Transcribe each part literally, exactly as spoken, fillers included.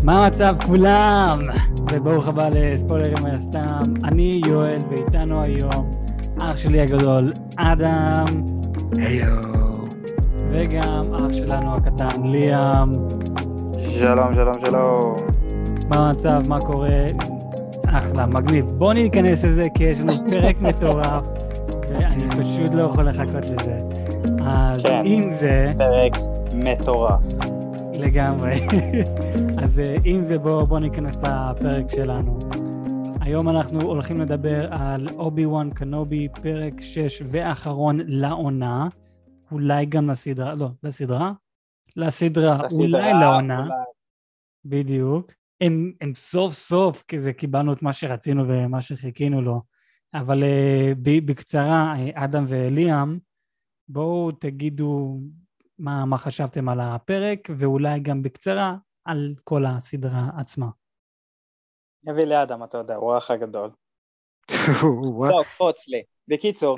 מה המצב כולם? וברוך הבא לספוילרים על הסתם. אני יואל ואיתנו היום אח שלי הגדול אדם. היו. וגם אח שלנו הקטן ליאם. שלום שלום שלום. מה המצב? מה קורה? אחלה, מגניב. בוא ניכנס לזה כי יש לנו פרק מטורף ואני פשוט לא יכול לחכות לזה. אז כן, אם זה... פרק מטורף. לגמרי. אז אם זה בוא, בוא ניכנס לפרק שלנו. היום אנחנו הולכים לדבר על אובי וואן קנובי, פרק שש ואחרון לעונה. אולי גם לסדרה, לא, לסדרה? לסדרה, אולי לעונה. אולי. בדיוק. הם, הם סוף סוף כזה קיבלנו את מה שרצינו ומה שחיכינו לו. אבל ב, בקצרה, אדם וליאם, בואו תגידו מה, מה חשבתם על הפרק, ואולי גם בקצרה על כל הסדרה עצמה. יביא לאדם, אתה יודע, הוא האח הגדול. לא, פוץ לי. בקיצור.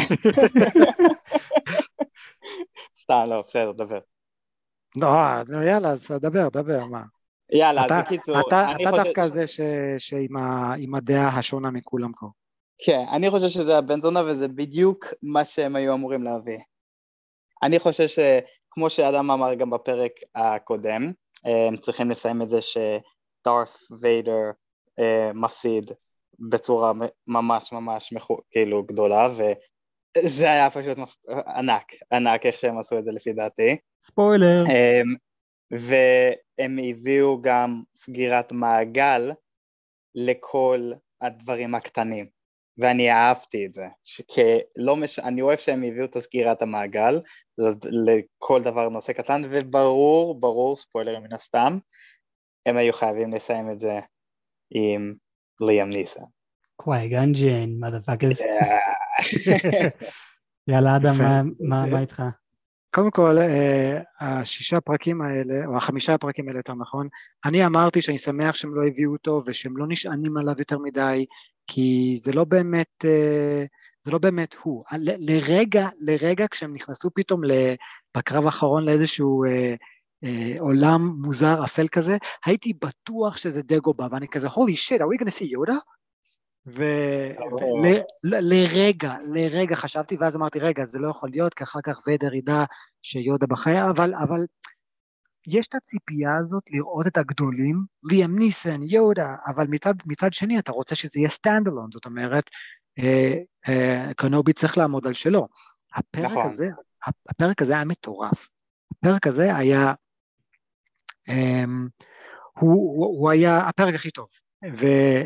סתם, לא, בסדר, דבר. לא, יאללה, אז דבר, דבר, מה? יאללה, אז בקיצור. אתה דווקא זה שעם הדעה השונה מכולם פה. כן, אני חושב שזה הבן זונה, וזה בדיוק מה שהם היו אמורים להביא. אני חושב שכמו שאדם אמר גם בפרק הקודם, הם צריכים לסיים את זה שדארת ויידר מפסיד בצורה ממש ממש כאילו גדולה, וזה היה פשוט ענק, ענק איך שהם עשו את זה לפי דעתי. ספוילר. והם הביאו גם סגירת מעגל לכל הדברים הקטנים. ואני אהבתי את זה, שלא מש... אני אוהב שהם הביאו את סגירת המעגל לכל דבר נושא קטן, וברור, ברור, ספוילר מן הסתם, הם היו חייבים לסיים את זה עם ליאם ניסן. קווי-גן ג'ין, motherfuckers. יאללה אדם, מה איתך? קודם כל, השישה פרקים האלה, או החמישה הפרקים האלה יותר נכון, אני אמרתי שאני שמח שהם לא הביאו אותו, ושהם לא נשענים עליו יותר מדי, כי זה לא באמת, זה לא באמת הוא. לרגע, לרגע כשהם נכנסו פתאום בקרב האחרון לאיזשהו עולם מוזר אפל כזה, הייתי בטוח שזה דגובה, ואני כזה, holy shit, are we gonna see Yoda? ולרגע, לרגע חשבתי, ואז אמרתי, רגע, זה לא יכול להיות, כי אחר כך ויידר ידע שיודה בחיה, אבל, אבל יש את הציפייה הזאת לראות את הגדולים, ליאם ניסן, יודה, אבל מצד, מצד שני אתה רוצה שזה יהיה סטנדלון, זאת אומרת, אה, אה, קנובי צריך לעמוד על שלו. הפרק נכון. הזה, הפרק הזה היה מטורף. הפרק הזה היה, אה, הוא, הוא, הוא היה הפרק הכי טוב. ו,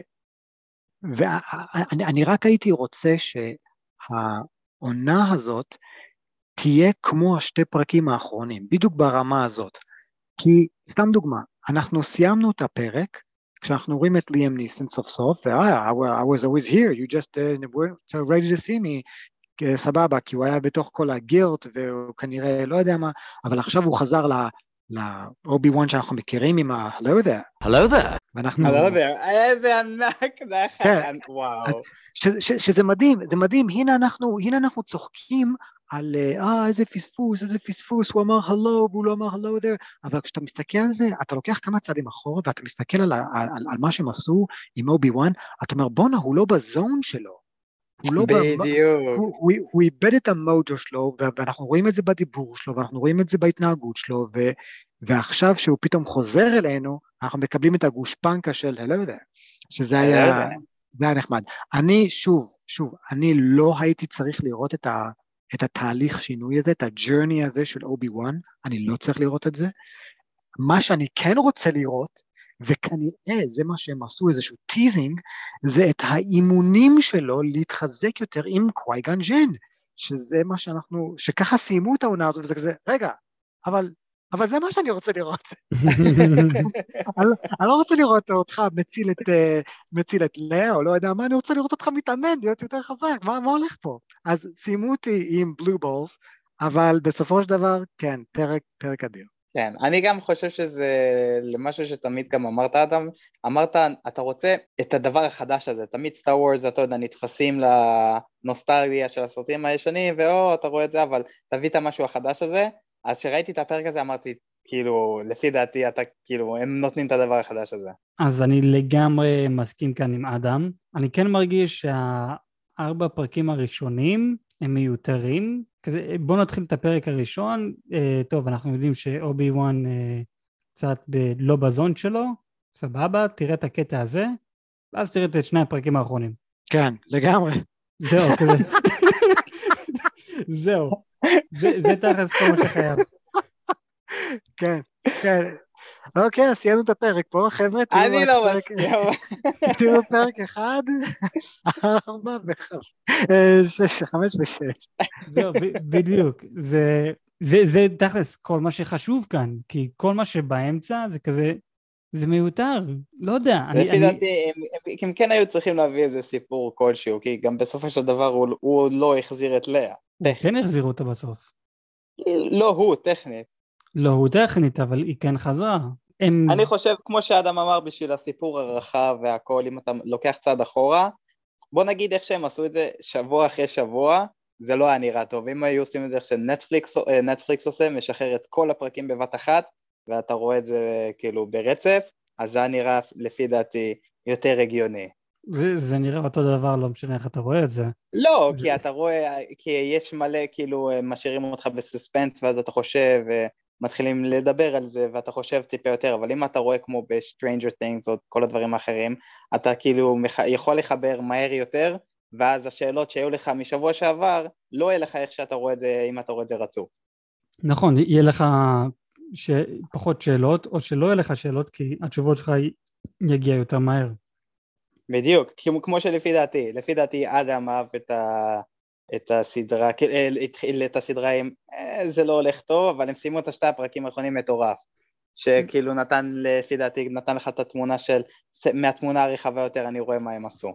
ואני אני רק הייתי רוצה שהעונה הזאת תהיה כמו השתי פרקים האחרונים, בדיוק ברמה הזאת. כי, סתם דוגמה, אנחנו סיימנו את הפרק, כשאנחנו רואים את ליאם ניסן סוף סוף, ו- I, I was always here, you just uh, were ready to see me, סבבה, כי הוא היה בתוך כל הגילט, והוא כנראה לא יודע מה, אבל עכשיו הוא חזר לאובי וואן שאנחנו מכירים עם ה-Hello there. Hello there. ואנחנו... Hello there, איזה ענק, וואו. שזה מדהים, זה מדהים, הנה אנחנו, הנה אנחנו צוחקים, על אה איזה פספוס, איזה פספוס, הוא אמר הלו, והוא לא אמר הלו there, אבל כשאתה מסתכל על זה, אתה לוקח כמה צעדים אחורה, ואתה מסתכל על, על, על, על מה שהם עשו עם אובי וואן, אתה אומר בונה, הוא לא בזון שלו, הוא לא בדיוק. ב... הוא, הוא, הוא איבד את המוג'ו שלו, ואנחנו רואים את זה בדיבור שלו, ואנחנו רואים את זה בהתנהגות שלו, ו, ועכשיו שהוא פתאום חוזר אלינו, אנחנו מקבלים את הגושפנקה של הלו there, שזה היה, זה היה נחמד. אני, שוב, שוב, אני לא הייתי צריך לראות את ה... את התהליך שינוי הזה, את הג'רני הזה של אובי וואן, אני לא צריך לראות את זה. מה שאני כן רוצה לראות, וכנראה זה מה שהם עשו איזשהו טיזינג, זה את האימונים שלו להתחזק יותר עם קווי-גן ג'ין, שזה מה שאנחנו, שככה סיימו את העונה הזאת, וזה כזה, רגע, אבל, אבל זה מה שאני רוצה לראות. אני לא רוצה לראות אותך מציל את, מציל את לאה, או לא יודע מה, אני רוצה לראות אותך מתאמן, להיות יותר חזק, מה, מה הולך פה? אז סיימו אותי עם בלו בולס, אבל בסופו של דבר, כן, פרק, פרק אדיר. כן, אני גם חושב שזה למשהו שתמיד גם אמרת, אדם, אמרת, אתה רוצה את הדבר החדש הזה, תמיד סטאר וורס, אתה יודע, נתפסים לנוסטלגיה של הסרטים הישנים, ואו, אתה רואה את זה, אבל תביא את המשהו החדש הזה, אז שראיתי את הפרק הזה, אמרתי, כאילו, לפי דעתי, אתה, כאילו, הם נותנים את הדבר החדש הזה. אז אני לגמרי מסכים כאן עם אדם. אני כן מרגיש שהארבע פרקים הראשונים הם מיותרים. כזה, בוא נתחיל את הפרק הראשון. אה, טוב, אנחנו יודעים שאובי וואן אה, קצת ב- לא בזון שלו. סבבה, תראה את הקטע הזה, ואז תראה את שני הפרקים האחרונים. כן, לגמרי. זהו, כזה. זהו. זה, זה תכלס כל מה שחייב. כן, כן. אוקיי, אז סיימנו את הפרק פה, חבר'ה. אני לא מסכים. תראו פרק אחד, ארבע וחמש, שש, חמש ושש. זהו, בדיוק. זה, זה, זה תכלס כל מה שחשוב כאן, כי כל מה שבאמצע זה כזה, זה מיותר, לא יודע. לפי דעתי, הם כן היו צריכים להביא איזה סיפור כלשהו, כי גם בסופו של דבר הוא לא החזיר את לאה. כן החזירו אותה בסוף. לא הוא, טכנית. לא הוא טכנית, אבל היא כן חזרה. אני חושב, כמו שאדם אמר, בשביל הסיפור הרחב והכל, אם אתה לוקח צעד אחורה, בוא נגיד איך שהם עשו את זה שבוע אחרי שבוע, זה לא היה נראה טוב. אם היו עושים את זה איך שנטפליקס נטפליקס עושה, משחרר את כל הפרקים בבת אחת, ואתה רואה את זה כאילו ברצף, אז זה היה נראה לפי דעתי יותר הגיוני. זה, זה נראה אותו דבר, לא משנה איך אתה רואה את זה. לא, זה... כי אתה רואה, כי יש מלא כאילו משאירים אותך בסוספנס, ואז אתה חושב, מתחילים לדבר על זה, ואתה חושב טיפה יותר, אבל אם אתה רואה כמו ב-Stranger Things, או כל הדברים האחרים, אתה כאילו יכול לחבר מהר יותר, ואז השאלות שהיו לך משבוע שעבר, לא יהיה לך איך שאתה רואה את זה, אם אתה רואה את זה רצוף. נכון, יהיה לך ש... פחות שאלות, או שלא יהיה לך שאלות, כי התשובות שלך יגיע יותר מהר. בדיוק, כמו, כמו שלפי דעתי, לפי דעתי אדם אהב את, ה, את הסדרה, התחיל את הסדרה עם, זה לא הולך טוב, אבל הם סיימו את השתי הפרקים האחרונים מטורף, שכאילו נתן, לפי דעתי, נתן לך את התמונה של, מהתמונה הרחבה יותר אני רואה מה הם עשו.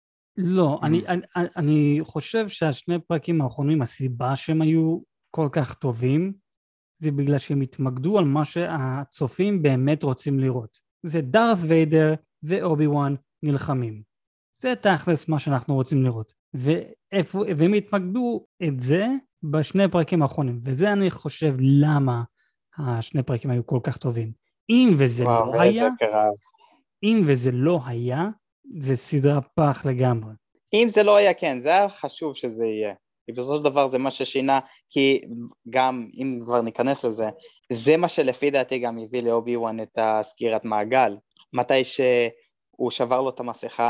לא, אני, אני, אני חושב שהשני פרקים האחרונים, הסיבה שהם היו כל כך טובים, זה בגלל שהם התמקדו על מה שהצופים באמת רוצים לראות. זה דארת ויידר ואובי וואן נלחמים. זה תכלס מה שאנחנו רוצים לראות. ואיפה, והם התמקדו את זה בשני פרקים האחרונים, וזה אני חושב למה השני פרקים היו כל כך טובים. אם וזה וואו, לא היה, קרב. אם וזה לא היה, זה סדרה פח לגמרי. אם זה לא היה, כן, זה היה חשוב שזה יהיה. כי בסופו של דבר זה מה ששינה, כי גם אם כבר ניכנס לזה, זה מה שלפי דעתי גם הביא לאובי וואן את הסגירת מעגל. מתי שהוא שבר לו את המסכה,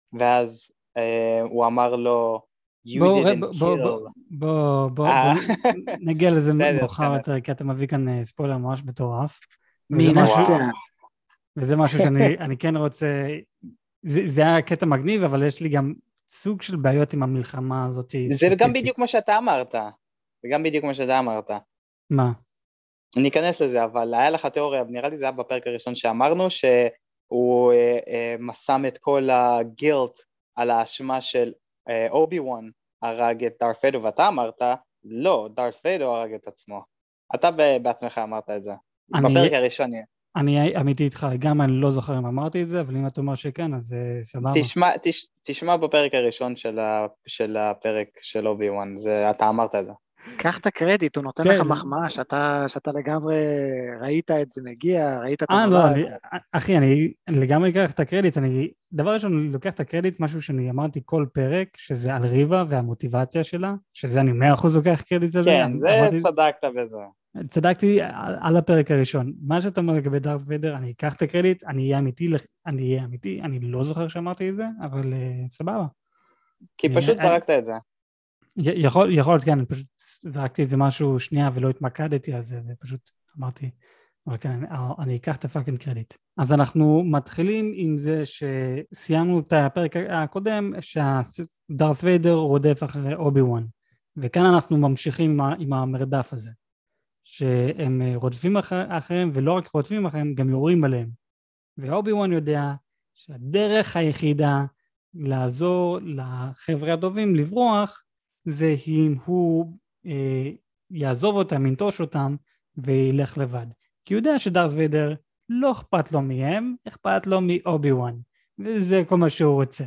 ואז אה, הוא אמר לו, you בוא, didn't בוא, kill. בוא, בוא, בוא, בוא, בוא נגיע לזה מאוחר יותר, כי אתה מביא כאן ספוילר ממש מטורף. מן הסתם. וזה משהו שאני אני כן רוצה, זה, זה היה קטע מגניב, אבל יש לי גם סוג של בעיות עם המלחמה הזאת. זה ספציפית. גם בדיוק מה שאתה אמרת. זה גם בדיוק מה שאתה אמרת. מה? אני אכנס לזה, אבל היה לך תיאוריה, נראה לי זה היה בפרק הראשון שאמרנו, שהוא אה, אה, שם את כל הגילט על האשמה של אה, אובי וואן הרג את דארת ויידר, ואתה אמרת, לא, דארת ויידר הרג את עצמו. אתה בעצמך אמרת את זה. אני... בפרק הראשון. אני אמיתי איתך, גם אני לא זוכר אם אמרתי את זה, אבל אם אתה אומר שכן, אז סבבה. תשמע, תש, תשמע בפרק הראשון של, ה, של הפרק של אובי וואן, זה, אתה אמרת את זה. קח את הקרדיט, הוא נותן לך מחמאה, שאתה, שאתה לגמרי ראית את זה מגיע, ראית את הנולד. אחי, אני לגמרי אקח את הקרדיט, אני, דבר ראשון, אני לוקח את הקרדיט, משהו שאני אמרתי כל פרק, שזה על ריבה והמוטיבציה שלה, שזה אני מאה אחוז לוקח קרדיט על זה. כן, זה צדקת בזה. צדקתי על, על הפרק הראשון. מה שאתה אומר לגבי דארת ויידר, אני אקח את הקרדיט, אני אהיה אמיתי, אני אהיה אמיתי, אני לא זוכר שאמרתי את זה, אבל uh, סבבה. כי פשוט אני, זרקת את זה. יכול, יכול להיות, כן, אני פשוט זרקתי את זה משהו שנייה ולא התמקדתי על זה, ופשוט אמרתי, אבל כן, אני, אני אקח את הפאקינג קרדיט. אז אנחנו מתחילים עם זה שסיימנו את הפרק הקודם, שהדארת ויידר רודף אחרי אובי וואן, וכאן אנחנו ממשיכים עם, עם המרדף הזה. שהם רודפים אחר, אחריהם, ולא רק רודפים אחריהם, גם יורים עליהם. ואובי וואן יודע שהדרך היחידה לעזור לחבר'ה הטובים לברוח, זה אם הוא אה, יעזוב אותם, ינטוש אותם, וילך לבד. כי הוא יודע שדארת ויידר לא אכפת לו מהם, אכפת לו מאובי וואן. וזה כל מה שהוא רוצה.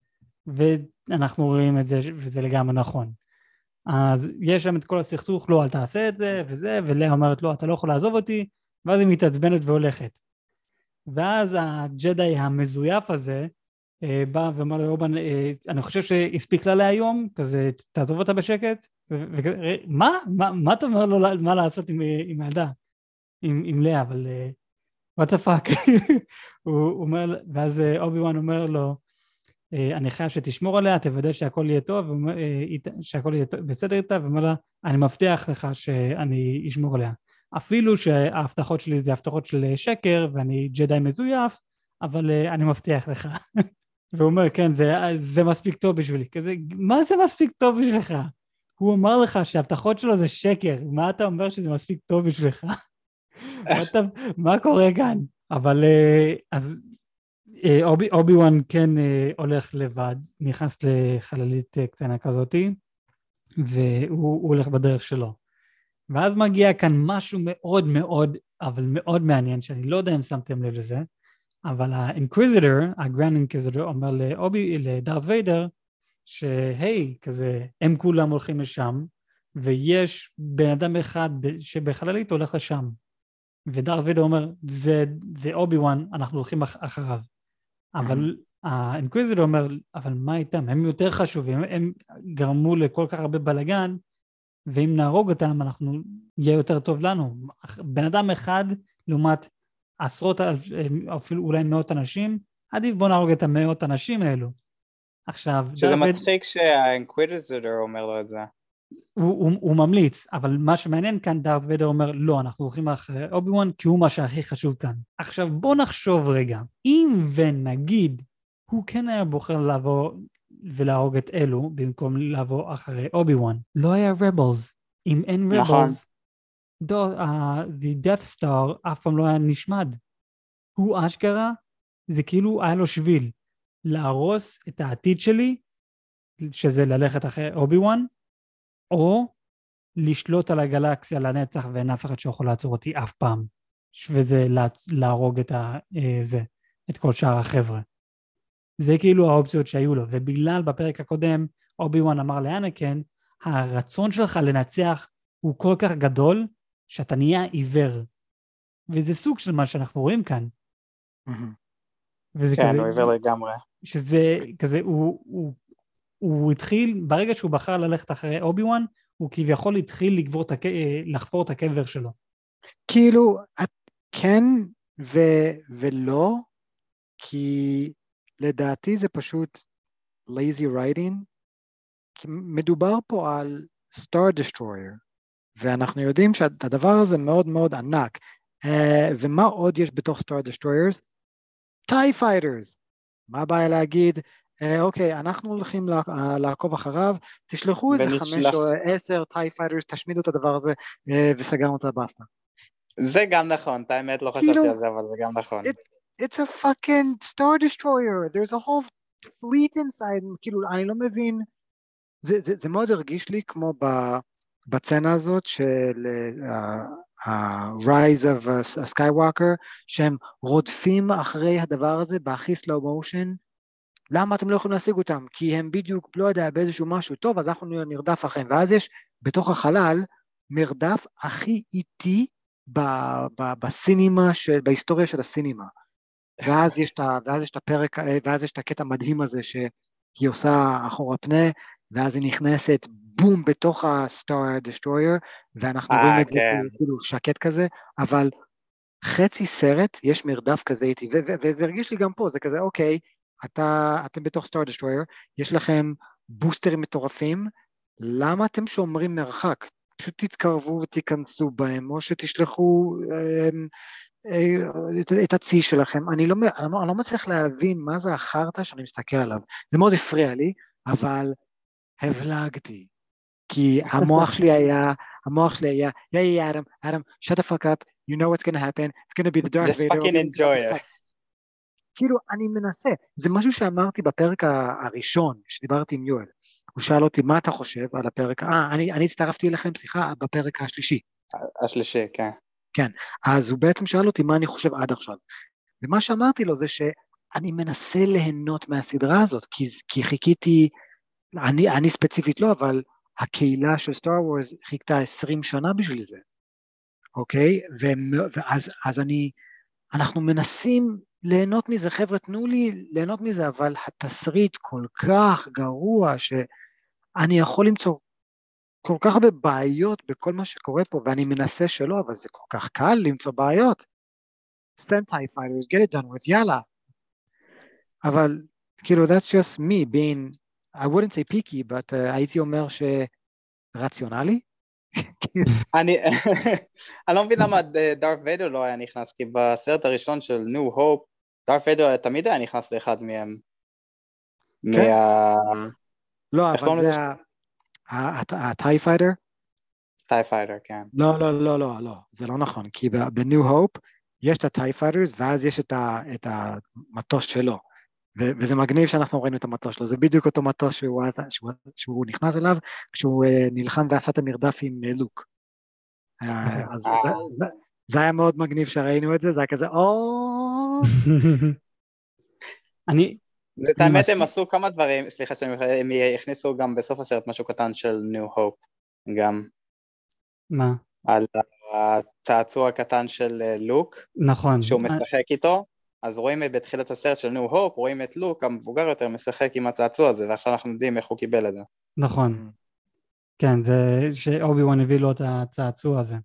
ואנחנו רואים את זה, וזה לגמרי נכון. אז יש שם את כל הסכסוך, לא, אל תעשה את זה, וזה, ולאה אומרת לו, אתה לא יכול לעזוב אותי, ואז היא מתעצבנת והולכת. ואז הג'די המזויף הזה, בא ואמר לאובן, אני חושב שהספיק לה להיום, כזה, תעזוב אותה בשקט, מה? מה אתה אומר לו מה לעשות עם הילדה? עם לאה, אבל what the fuck? הוא אומר, ואז אובי וואן אומר לו, אני חייב שתשמור עליה, תוודא שהכל יהיה טוב, שהכל יהיה בסדר איתה, ואומר לה, אני מבטיח לך שאני אשמור עליה. אפילו שההבטחות שלי זה הבטחות של שקר, ואני ג'די מזויף, אבל אני מבטיח לך. והוא אומר, כן, זה, זה מספיק טוב בשבילי. כזה, מה זה מספיק טוב בשבילך? הוא אומר לך שההבטחות שלו זה שקר, מה אתה אומר שזה מספיק טוב בשבילך? מה, אתה, מה קורה כאן? אבל אז אובי, אובי וואן כן הולך לבד, נכנס לחללית קטנה כזאתי, והוא הולך בדרך שלו. ואז מגיע כאן משהו מאוד מאוד, אבל מאוד מעניין, שאני לא יודע אם שמתם לב לזה, אבל האינקוויזיטור, הגרנד אינקוויזיטור, אומר לאובי, לדארת ויידר, שהי, כזה, הם כולם הולכים לשם, ויש בן אדם אחד שבחללית הולך לשם. ודארת ויידר אומר, זה, זה אובי וואן, אנחנו הולכים אחריו. אבל האינקוויזיטור אומר, אבל מה איתם? הם יותר חשובים, הם גרמו לכל כך הרבה בלגן, ואם נהרוג אותם, אנחנו, יהיה יותר טוב לנו. בן אדם אחד, לעומת עשרות, אפילו אולי מאות אנשים, עדיף בוא נהרוג את המאות אנשים האלו. עכשיו... שזה מצחיק שהאינקוויזיטור אומר לו את זה. הוא, הוא, הוא ממליץ, אבל מה שמעניין כאן, דארת ויידר אומר, לא, אנחנו הולכים אחרי אובי וואן, כי הוא מה שהכי חשוב כאן. עכשיו בוא נחשוב רגע, אם ונגיד, הוא כן היה בוחר לבוא ולהרוג את אלו, במקום לבוא אחרי אובי וואן, לא היה רבלס. אם אין רבלס, נכון. the Death Star אף פעם לא היה נשמד. הוא אשכרה, זה כאילו היה לו שביל, להרוס את העתיד שלי, שזה ללכת אחרי אובי וואן, או לשלוט על הגלקסיה לנצח, ואין אף אחד שיכול לעצור אותי אף פעם, וזה להרוג את, ה, זה, את כל שאר החבר'ה. זה כאילו האופציות שהיו לו, ובגלל בפרק הקודם, אובי וואן אמר לאנקן, הרצון שלך לנצח הוא כל כך גדול, שאתה נהיה עיוור. וזה סוג של מה שאנחנו רואים כאן. וזה כן, כזה, הוא עיוור לגמרי. שזה כזה, הוא, הוא, הוא התחיל, ברגע שהוא בחר ללכת אחרי אובי וואן, הוא כביכול התחיל לגבור את, לחפור את הקבר שלו. כאילו, כן ו, ולא, כי לדעתי זה פשוט lazy writing, כי מדובר פה על Star Destroyer, ואנחנו יודעים שהדבר הזה מאוד מאוד ענק, uh, ומה עוד יש בתוך Star Destroyers? TIE Fighters. מה הבעיה להגיד, uh, אוקיי, אנחנו הולכים לה, uh, לעקוב אחריו, תשלחו איזה חמש או עשר TIE Fighters, תשמידו את הדבר הזה, uh, וסגרנו את הבאסטה. זה גם נכון, את האמת לא חשבתי על זה, אבל זה גם נכון. It, it's a fucking Star Destroyer, there's a whole fleet inside, כאילו, אני לא מבין, זה, זה, זה מאוד הרגיש לי כמו ב... בצנה הזאת של ה-Rise of a Skywalker, שהם רודפים אחרי הדבר הזה בהכי slow motion, למה אתם לא יכולים להשיג אותם? כי הם בדיוק, לא יודע, באיזשהו משהו טוב, אז אנחנו נרדף אחריהם, ואז יש בתוך החלל מרדף הכי איטי בסינימה, בהיסטוריה של הסינימה, ואז יש את הפרק, ואז יש את הקטע מדהים הזה שהיא עושה אחורה פנה, ואז היא נכנסת בום בתוך ה-Star Destroyer, ואנחנו 아, רואים את כן. זה כאילו שקט כזה, אבל חצי סרט יש מרדף כזה איתי, ו- ו- וזה הרגיש לי גם פה, זה כזה, אוקיי, אתה, אתם בתוך Star Destroyer, יש לכם בוסטרים מטורפים, למה אתם שומרים מרחק? פשוט תתקרבו ותיכנסו בהם, או שתשלחו אה, אה, את, את הצי שלכם, אני לא, אני לא, אני לא מצליח להבין מה זה החרטה שאני מסתכל עליו, זה מאוד הפריע לי, אבל הבלגתי, כי המוח שלי היה, המוח שלי היה, yeah, yeah, Adam, Adam, shut the fuck up, you know what's going to happen, it's going to be the Darth Just Vader. Just fucking enjoy it. כאילו, אני מנסה, זה משהו שאמרתי בפרק הראשון, שדיברתי עם יואל, הוא שאל אותי, מה אתה חושב על הפרק, אה, אני, אני הצטרפתי אליכם, סליחה, בפרק השלישי. השלישי, כן. כן, אז הוא בעצם שאל אותי, מה אני חושב עד עכשיו, ומה שאמרתי לו זה שאני מנסה ליהנות מהסדרה הזאת, כי, כי חיכיתי, אני, אני ספציפית לא, אבל הקהילה של סטאר וורס חיכתה עשרים שנה בשביל זה. אוקיי? ואז אז אני, אנחנו מנסים ליהנות מזה, חבר'ה, תנו לי ליהנות מזה, אבל התסריט כל כך גרוע, שאני יכול למצוא כל כך הרבה בעיות בכל מה שקורה פה, ואני מנסה שלא, אבל זה כל כך קל למצוא בעיות. Send TIE fighters, get it done with, יאללה. אבל, כאילו, that's just me being, I wouldn't say picky, but uh, הייתי אומר שרציונלי. אני אני לא מבין למה דארת ויידר לא היה נכנס, כי בסרט הראשון של New Hope, דארת ויידר תמיד היה נכנס לאחד מהם. כן? מה... לא, אבל זה ה-TIE fighter? TIE fighter, כן. לא, לא, לא, לא, לא, זה לא נכון, כי ב-New Hope יש את ה-TIE fighters, ואז יש את המטוס שלו. וזה מגניב שאנחנו ראינו את המטוס שלו, זה בדיוק אותו מטוס שהוא, שהוא, שהוא נכנס אליו, כשהוא נלחם ועשה את המרדף עם לוק. אז זה, זה, זה היה מאוד מגניב שראינו את זה, זה היה כזה, או... אני... את האמת הם עשו כמה דברים, סליחה שהם הכניסו גם בסוף הסרט משהו קטן של New Hope, גם. מה? על הצעצוע הקטן של לוק. נכון. שהוא משחק איתו. אז רואים בתחילת הסרט של ניו הופ, רואים את לוק המבוגר יותר משחק עם הצעצוע הזה, ועכשיו אנחנו יודעים איך הוא קיבל את זה. נכון. כן, זה שאובי וואן הביא לו את הצעצוע הזה.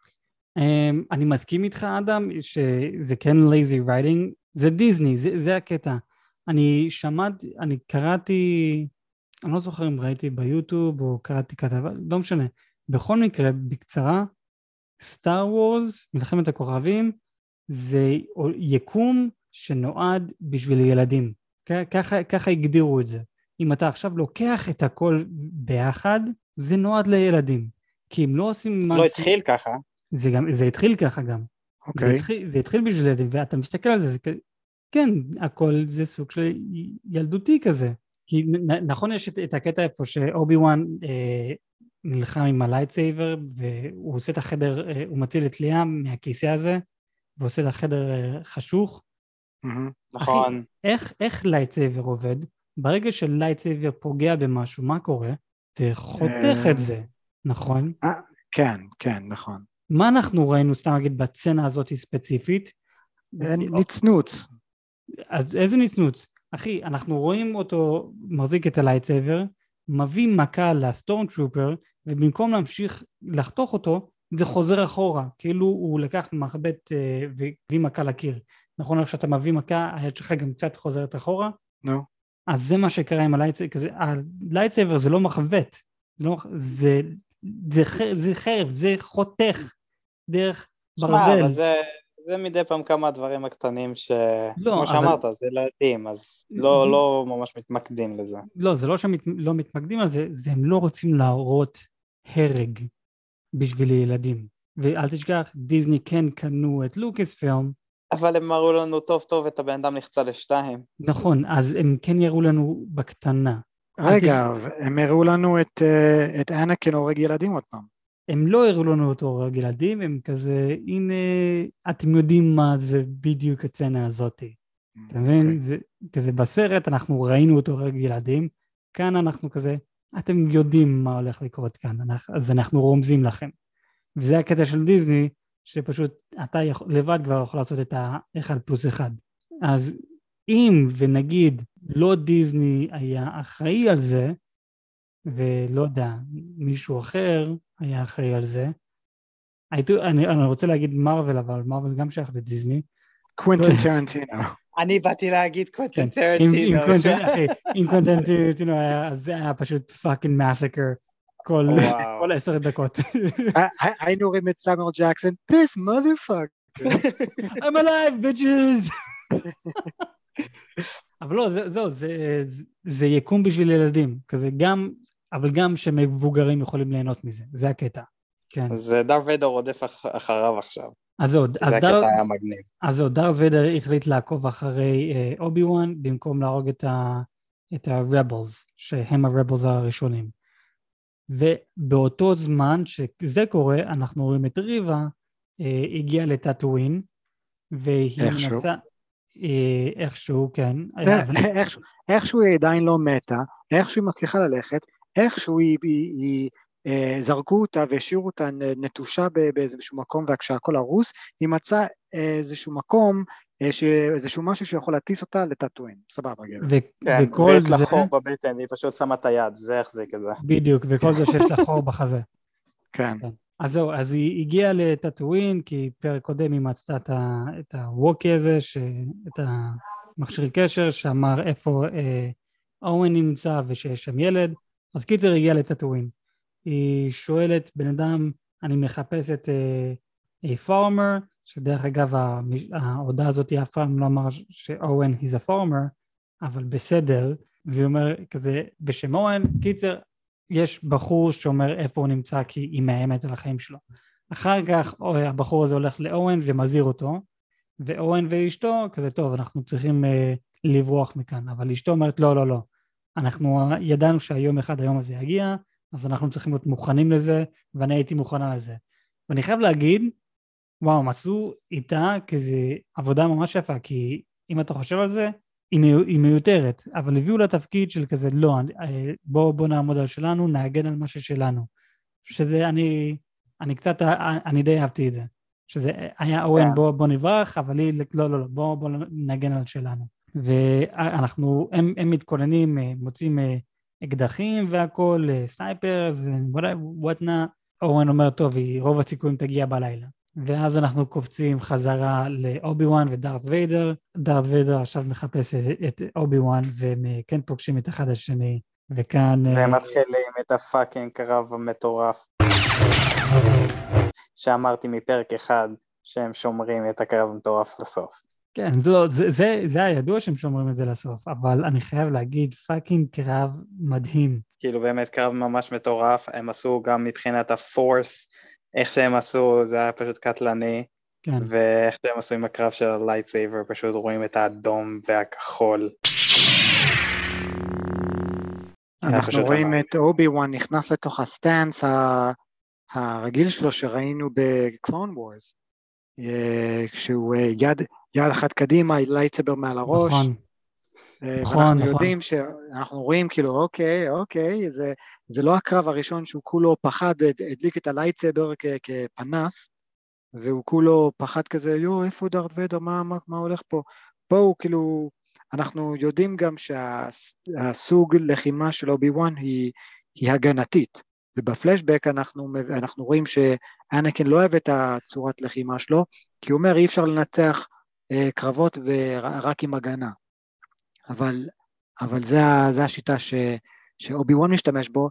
Um, אני מסכים איתך, אדם, שזה כן lazy writing, זה דיזני, זה, זה הקטע. אני שמעתי, אני קראתי, אני לא זוכר אם ראיתי ביוטיוב או קראתי כתבה, לא משנה. בכל מקרה, בקצרה, סטאר וורס, מלחמת הכוכבים, זה יקום שנועד בשביל ילדים. ככה, ככה הגדירו את זה. אם אתה עכשיו לוקח את הכל ביחד, זה נועד לילדים. כי אם לא עושים משהו... לא התחיל ככה. זה, גם, זה התחיל ככה גם. Okay. זה, התחיל, זה התחיל בשביל ילדים, ואתה מסתכל על זה, זה כן, הכל זה סוג של ילדותי כזה. כי נכון יש את, את הקטע איפה שאובי וואן אה, נלחם עם הלייטסייבר, והוא עושה את החדר, אה, הוא מציל את ליאם מהכיסא הזה, ועושה את החדר אה, חשוך. Mm-hmm. נכון. אחי, איך, איך לייטסייבר עובד? ברגע שלייטסייבר פוגע במשהו, מה קורה? זה חותך את זה, נכון? כן, כן, נכון. מה אנחנו ראינו, סתם נגיד, בצנה הזאת ספציפית? ניצנוץ. אז איזה ניצנוץ? אחי, אנחנו רואים אותו מחזיק את הלייטסייבר, מביא מכה לסטורם טרופר, ובמקום להמשיך לחתוך אותו, זה חוזר אחורה, כאילו הוא לקח מחבט אה, והביא מכה לקיר. נכון, איך שאתה מביא מכה, היד שלך גם קצת חוזרת אחורה? נו. No. אז זה מה שקרה עם הלייטסייבר, הלייטסייבר זה לא מחבט, זה, לא, זה, זה, זה חרב, זה חותך דרך ברזל. אבל זה, זה מדי פעם כמה דברים הקטנים ש... לא, כמו אבל... שאמרת, זה לילדים, אז לא, לא ממש מתמקדים לזה. לא, זה לא שהם לא מתמקדים על זה, זה הם לא רוצים להראות הרג בשביל ילדים. ואל תשכח, דיזני כן קנו את לוקאס פילם, אבל הם מראו לנו טוב טוב את הבן אדם נחצה לשתיים. נכון, אז הם כן יראו לנו בקטנה. רגע, הם הראו לנו את, את אנקין הורג ילדים עוד פעם. הם לא הראו לנו אותו הורג ילדים, הם כזה, הנה, אתם יודעים מה זה בדיוק הצנה הזאת. אתה מבין? זה כזה בסרט, אנחנו ראינו אותו הורג ילדים, כאן אנחנו כזה, אתם יודעים מה הולך לקרות כאן, אז אנחנו רומזים לכם. וזה הקטע של דיזני, שפשוט אתה יכול, לבד כבר יכול לעשות את האחד פלוס אחד. אז אם ונגיד לא דיזני היה אחראי על זה, ולא יודע, מישהו אחר היה אחראי על זה, הייתו, אני, אני רוצה להגיד מרוול, אבל מרוול גם שייך בדיזני. קוונטין טרנטינו. אני באתי להגיד קוונטין טרנטינו. אם קוונטין טרנטינו היה, אז זה היה פשוט פאקינג מסקר. כל עשר דקות. היינו רואים את סמואל ג'קסון, this motherfucker. I'm alive, bitches. אבל לא, זהו, זה יקום בשביל ילדים, כזה גם, אבל גם שמבוגרים יכולים ליהנות מזה, זה הקטע. אז דארת ויידר רודף אחריו עכשיו. אז זהו, זה הקטע היה מגניב. אז זהו, דארת ויידר החליט לעקוב אחרי אובי וואן, במקום להרוג את ה-Rebels, שהם ה-Rebels הראשונים. ובאותו זמן שזה קורה, אנחנו רואים את ריבה, אה, הגיעה לטאטווין, והיא איכשהו. מנסה, אה, איכשהו, כן. אבל... איכשהו, איכשהו היא עדיין לא מתה, איכשהו היא מצליחה ללכת, איכשהו היא, היא, היא זרקו אותה והשאירו אותה נטושה באיזשהו מקום, וכשהכל הרוס, היא מצאה איזשהו מקום, איזשהו משהו שיכול להטיס אותה לטאטואין, סבבה גבר. כן, ויש לה חור בבטן, והיא פשוט שמה את היד, זה איך זה כזה. בדיוק, וכל זה שיש לה חור בחזה. כן. אז זהו, אז היא הגיעה לטאטואין, כי פרק קודם היא מצאה את הווקי הזה, את המכשיר קשר, שאמר איפה אוהן נמצא ושיש שם ילד, אז קיצר הגיעה לטאטואין. היא שואלת, בן אדם, אני מחפשת פארמר, שדרך אגב ההודעה הזאת אף פעם לא אמר שאוהן he's a farmer, אבל בסדר, והיא אומר כזה בשם אוהן, קיצר, יש בחור שאומר איפה הוא נמצא כי היא מאיימת על החיים שלו. אחר כך הבחור הזה הולך לאוהן ומזהיר אותו, ואוהן ואשתו כזה טוב, אנחנו צריכים אה, לברוח מכאן, אבל אשתו אומרת לא, לא, לא. אנחנו ידענו שהיום אחד היום הזה יגיע, אז אנחנו צריכים להיות מוכנים לזה, ואני הייתי מוכנה לזה. ואני חייב להגיד, וואו, הם עשו איתה כזה עבודה ממש יפה, כי אם אתה חושב על זה, היא מיותרת, אבל הביאו לה תפקיד של כזה, לא, בוא, בוא נעמוד על שלנו, נאגן על מה ששלנו. שזה, אני, אני קצת, אני די אהבתי את זה. שזה היה אוהן, בוא, בוא נברח, אבל היא, לא, לא, לא, בוא, בוא נאגן על שלנו. ואנחנו, הם, הם מתכוננים, מוצאים אקדחים והכל, סנייפר, וואטנה, אוהן אומר, טוב, רוב הסיכויים תגיע בלילה. ואז אנחנו קופצים חזרה לאובי-וואן ודארת ויידר. דארת ויידר עכשיו מחפש את אובי-וואן, והם כן פוגשים את אחד השני, וכאן... והם מתחילים את הפאקינג קרב המטורף. שאמרתי מפרק אחד, שהם שומרים את הקרב המטורף לסוף. כן, זה, זה, זה, זה הידוע שהם שומרים את זה לסוף, אבל אני חייב להגיד, פאקינג קרב מדהים. כאילו באמת קרב ממש מטורף, הם עשו גם מבחינת הפורס, איך שהם עשו, זה היה פשוט קטלני, כן. ואיך שהם עשו עם הקרב של הלייטסייבר, פשוט רואים את האדום והכחול. אנחנו רואים את אובי-וואן נכנס לתוך הסטנס הרגיל שלו שראינו בקלון וורס, כשהוא יד, יד אחת קדימה, לייטסייבר מעל הראש, נכון. ואנחנו נכון, יודעים נכון. שאנחנו רואים כאילו אוקיי, אוקיי, זה, זה לא הקרב הראשון שהוא כולו פחד, הדליק את הלייטסייבר כפנס, והוא כולו פחד כזה, יו, איפה דארת ויידר, מה, מה, מה הולך פה? פה הוא כאילו, אנחנו יודעים גם שהסוג לחימה של אובי-וואן היא, היא הגנתית, ובפלשבק אנחנו, אנחנו רואים שאנקין לא אוהב את הצורת לחימה שלו, כי הוא אומר אי אפשר לנצח קרבות ורק עם הגנה. אבל, אבל זה, זה השיטה ש, שאובי-וואן משתמש בו,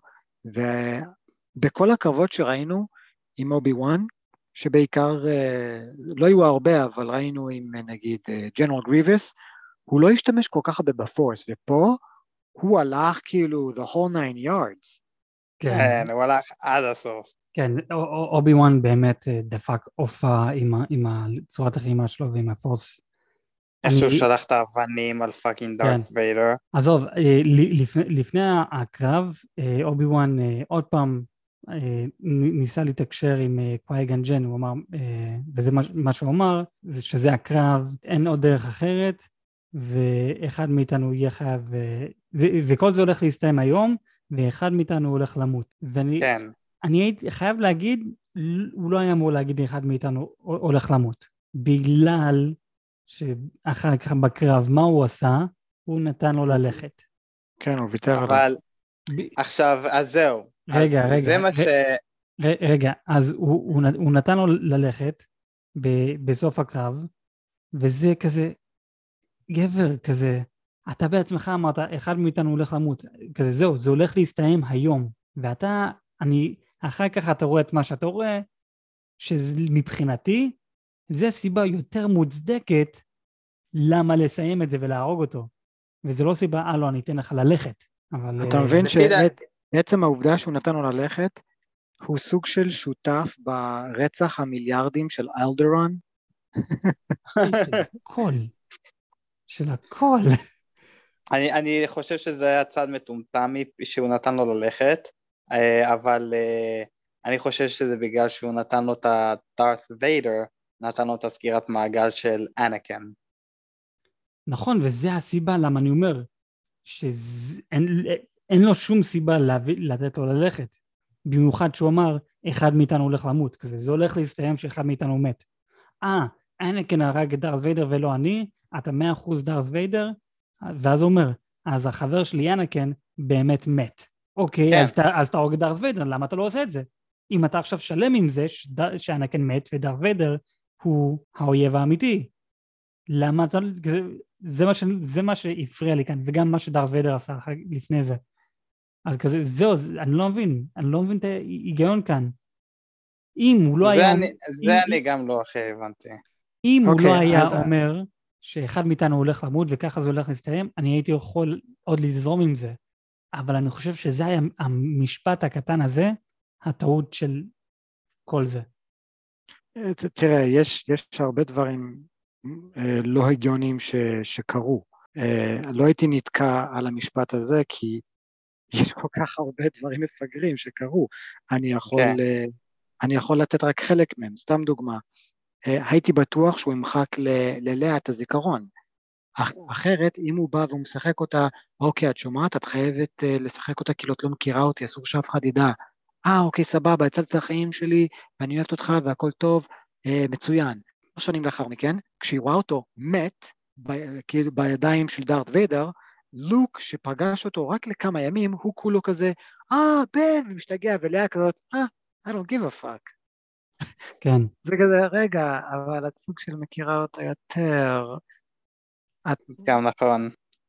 ובכל הקרבות שראינו עם אובי-וואן, שבעיקר לא היו הרבה, אבל ראינו עם נגיד ג'נרל גריבס, הוא לא השתמש כל כך הרבה בפורס, ופה הוא הלך כאילו the whole nine yards. כן, הוא הלך עד הסוף. כן, אובי-וואן באמת דפק אופה עם צורת החימה שלו ועם הפורס. איך שהוא שלח את האבנים על פאקינג דארת ויידר. עזוב, לפני הקרב, אובי-וואן עוד פעם ניסה להתקשר עם קוואי-גן ג'ן, הוא אמר, וזה מה שהוא אמר, שזה הקרב, אין עוד דרך אחרת, ואחד מאיתנו יהיה חייב, וכל זה הולך להסתיים היום, ואחד מאיתנו הולך למות. ואני הייתי חייב להגיד, הוא לא היה אמור להגיד אחד מאיתנו הולך למות, בגלל שאחר כך בקרב, מה הוא עשה? הוא נתן לו ללכת. כן, הוא ויתר עליו. אבל עכשיו, אז זהו. רגע, רגע. זה מה ש... רגע, אז הוא נתן לו ללכת בסוף הקרב, וזה כזה, גבר כזה, אתה בעצמך אמרת, אחד מאיתנו הולך למות, כזה זהו, זה הולך להסתיים היום, ואתה, אני, אחר כך אתה רואה את מה שאתה רואה, שמבחינתי, זה סיבה יותר מוצדקת, למה לסיים את זה ולהרוג אותו, וזה לא סיבה, אה לא, אני אתן לך ללכת, אבל... אתה מבין שבעצם העובדה שהוא נתן לו ללכת, הוא סוג של שותף ברצח המיליארדים של אלדרון? של הכל, של הכל. אני, אני חושב שזה היה צד מטומטם שהוא נתן לו ללכת, אבל אני חושב שזה בגלל שהוא נתן לו את הדארת ויידר, נתן לו את הסגירת מעגל של אנקין. נכון, וזה הסיבה למה אני אומר, שאין אין לו שום סיבה להביא, לתת לו ללכת. במיוחד שהוא אמר, אחד מאיתנו הולך למות, כזה, זה הולך להסתיים שאחד מאיתנו מת. אה, אנקין הרג את דארת ויידר ולא אני, אתה מאה אחוז דארת ויידר, ואז הוא אומר, אז החבר שלי אנקין באמת מת. אוקיי, כן. אז, אז אתה הורג את דארת ויידר, למה אתה לא עושה את זה? אם אתה עכשיו שלם עם זה, שאנקין מת ודארת ויידר הוא האויב האמיתי. למה אתה... זה, זה, מה ש, זה מה שהפריע לי כאן, וגם מה שדארת ויידר עשה לפני זה. על כזה, זהו, אני לא מבין, אני לא מבין את ההיגיון כאן. אם הוא לא זה היה... אני, זה אם, אני גם לא הכי הבנתי. אם okay, הוא לא היה אומר שאחד מאיתנו הולך למות וככה זה הולך להסתיים, אני הייתי יכול עוד לזרום עם זה. אבל אני חושב שזה היה המשפט הקטן הזה, הטעות של כל זה. תראה, יש, יש הרבה דברים לא הגיוניים ש, שקרו. לא הייתי נתקע על המשפט הזה, כי יש כל כך הרבה דברים מפגרים שקרו. אני יכול, okay. אני יכול לתת רק חלק מהם, סתם דוגמה. הייתי בטוח שהוא ימחק ללאה את הזיכרון. אחרת, אם הוא בא והוא משחק אותה, אוקיי, את שומעת, את חייבת לשחק אותה, כי לא מכירה אותי, אסור שאף אחד ידע. אה, אוקיי, סבבה, הצלת את החיים שלי, ואני אוהבת אותך, והכל טוב, מצוין. שלוש שנים לאחר מכן, כשהיא רואה אותו מת, כאילו בידיים של דארת ויידר, לוק שפגש אותו רק לכמה ימים, הוא כולו כזה, אה, בן, ומשתגע, ולאה כזאת, אה, I don't give a fuck. כן. זה כזה, רגע, אבל הסוג של מכירה אותה יותר. גם נכון.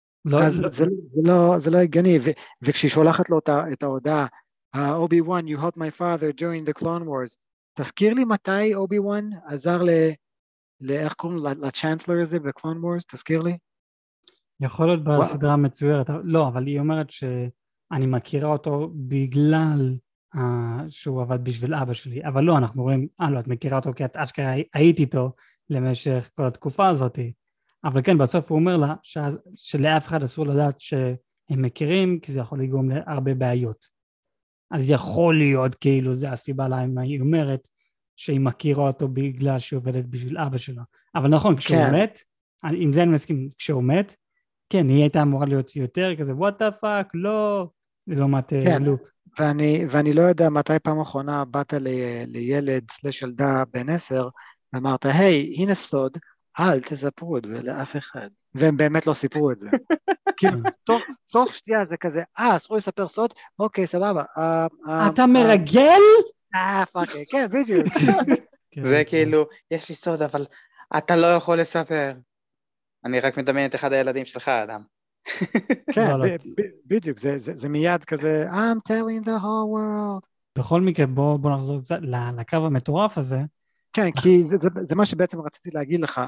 זה לא הגיוני, וכשהיא שולחת לו את ההודעה, Obi-Wan, you helped my father during the Clone Wars, תזכיר לי מתי Obi-Wan עזר לאיך קוראים לצ'אנסלר הזה ב-Clone Wars, תזכיר לי? יכול להיות בסדרה המצוירת, לא, אבל היא אומרת שאני מכירה אותו בגלל שהוא עבד בשביל אבא שלי, אבל לא, אנחנו רואים, אה לא, את מכירה אותו כי את אשכרה היית איתו למשך כל התקופה הזאת, אבל כן, בסוף הוא אומר לה שלאף אחד אסור לדעת שהם מכירים, כי זה יכול לגרום להרבה בעיות. אז יכול להיות כאילו זה הסיבה למה היא אומרת שהיא מכירה אותו בגלל שהיא עובדת בשביל אבא שלו. אבל נכון, כשהוא כן. מת, עם זה אני מסכים, כשהוא מת, כן, היא הייתה אמורה להיות יותר כזה, what the fuck, לא, לעומת כן. לוק. ואני, ואני לא יודע מתי פעם אחרונה באת לי, לילד סלש ילדה בן עשר, ואמרת, היי, הנה סוד, אל תספרו את זה לאף אחד. והם באמת לא סיפרו את זה. כאילו, תוך, תוך שנייה זה כזה, אה, אסור לספר סוד? אוקיי, סבבה. אתה מרגל? אה, פאקי, כן, בדיוק. זה כאילו, יש לי סוד, אבל אתה לא יכול לספר. אני רק מדמיין את אחד הילדים שלך, אדם. כן, בדיוק, זה מיד כזה, I'm telling the whole world. בכל מקרה, בוא נחזור קצת לקו המטורף הזה. כן, כי זה מה שבעצם רציתי להגיד לך,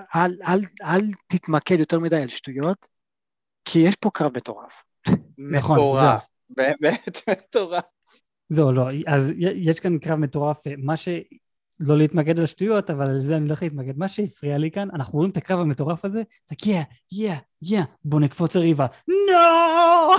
אל תתמקד יותר מדי על שטויות, כי יש פה קרב מטורף. מטורף, באמת מטורף. זהו, לא, אז יש כאן קרב מטורף, מה ש... לא להתמקד על שטויות, אבל על זה אני הולך להתמקד. מה שהפריע לי כאן, אנחנו רואים את הקרב המטורף הזה, זה כן, יא, יא, בוא נקפוץ לריבה. נו!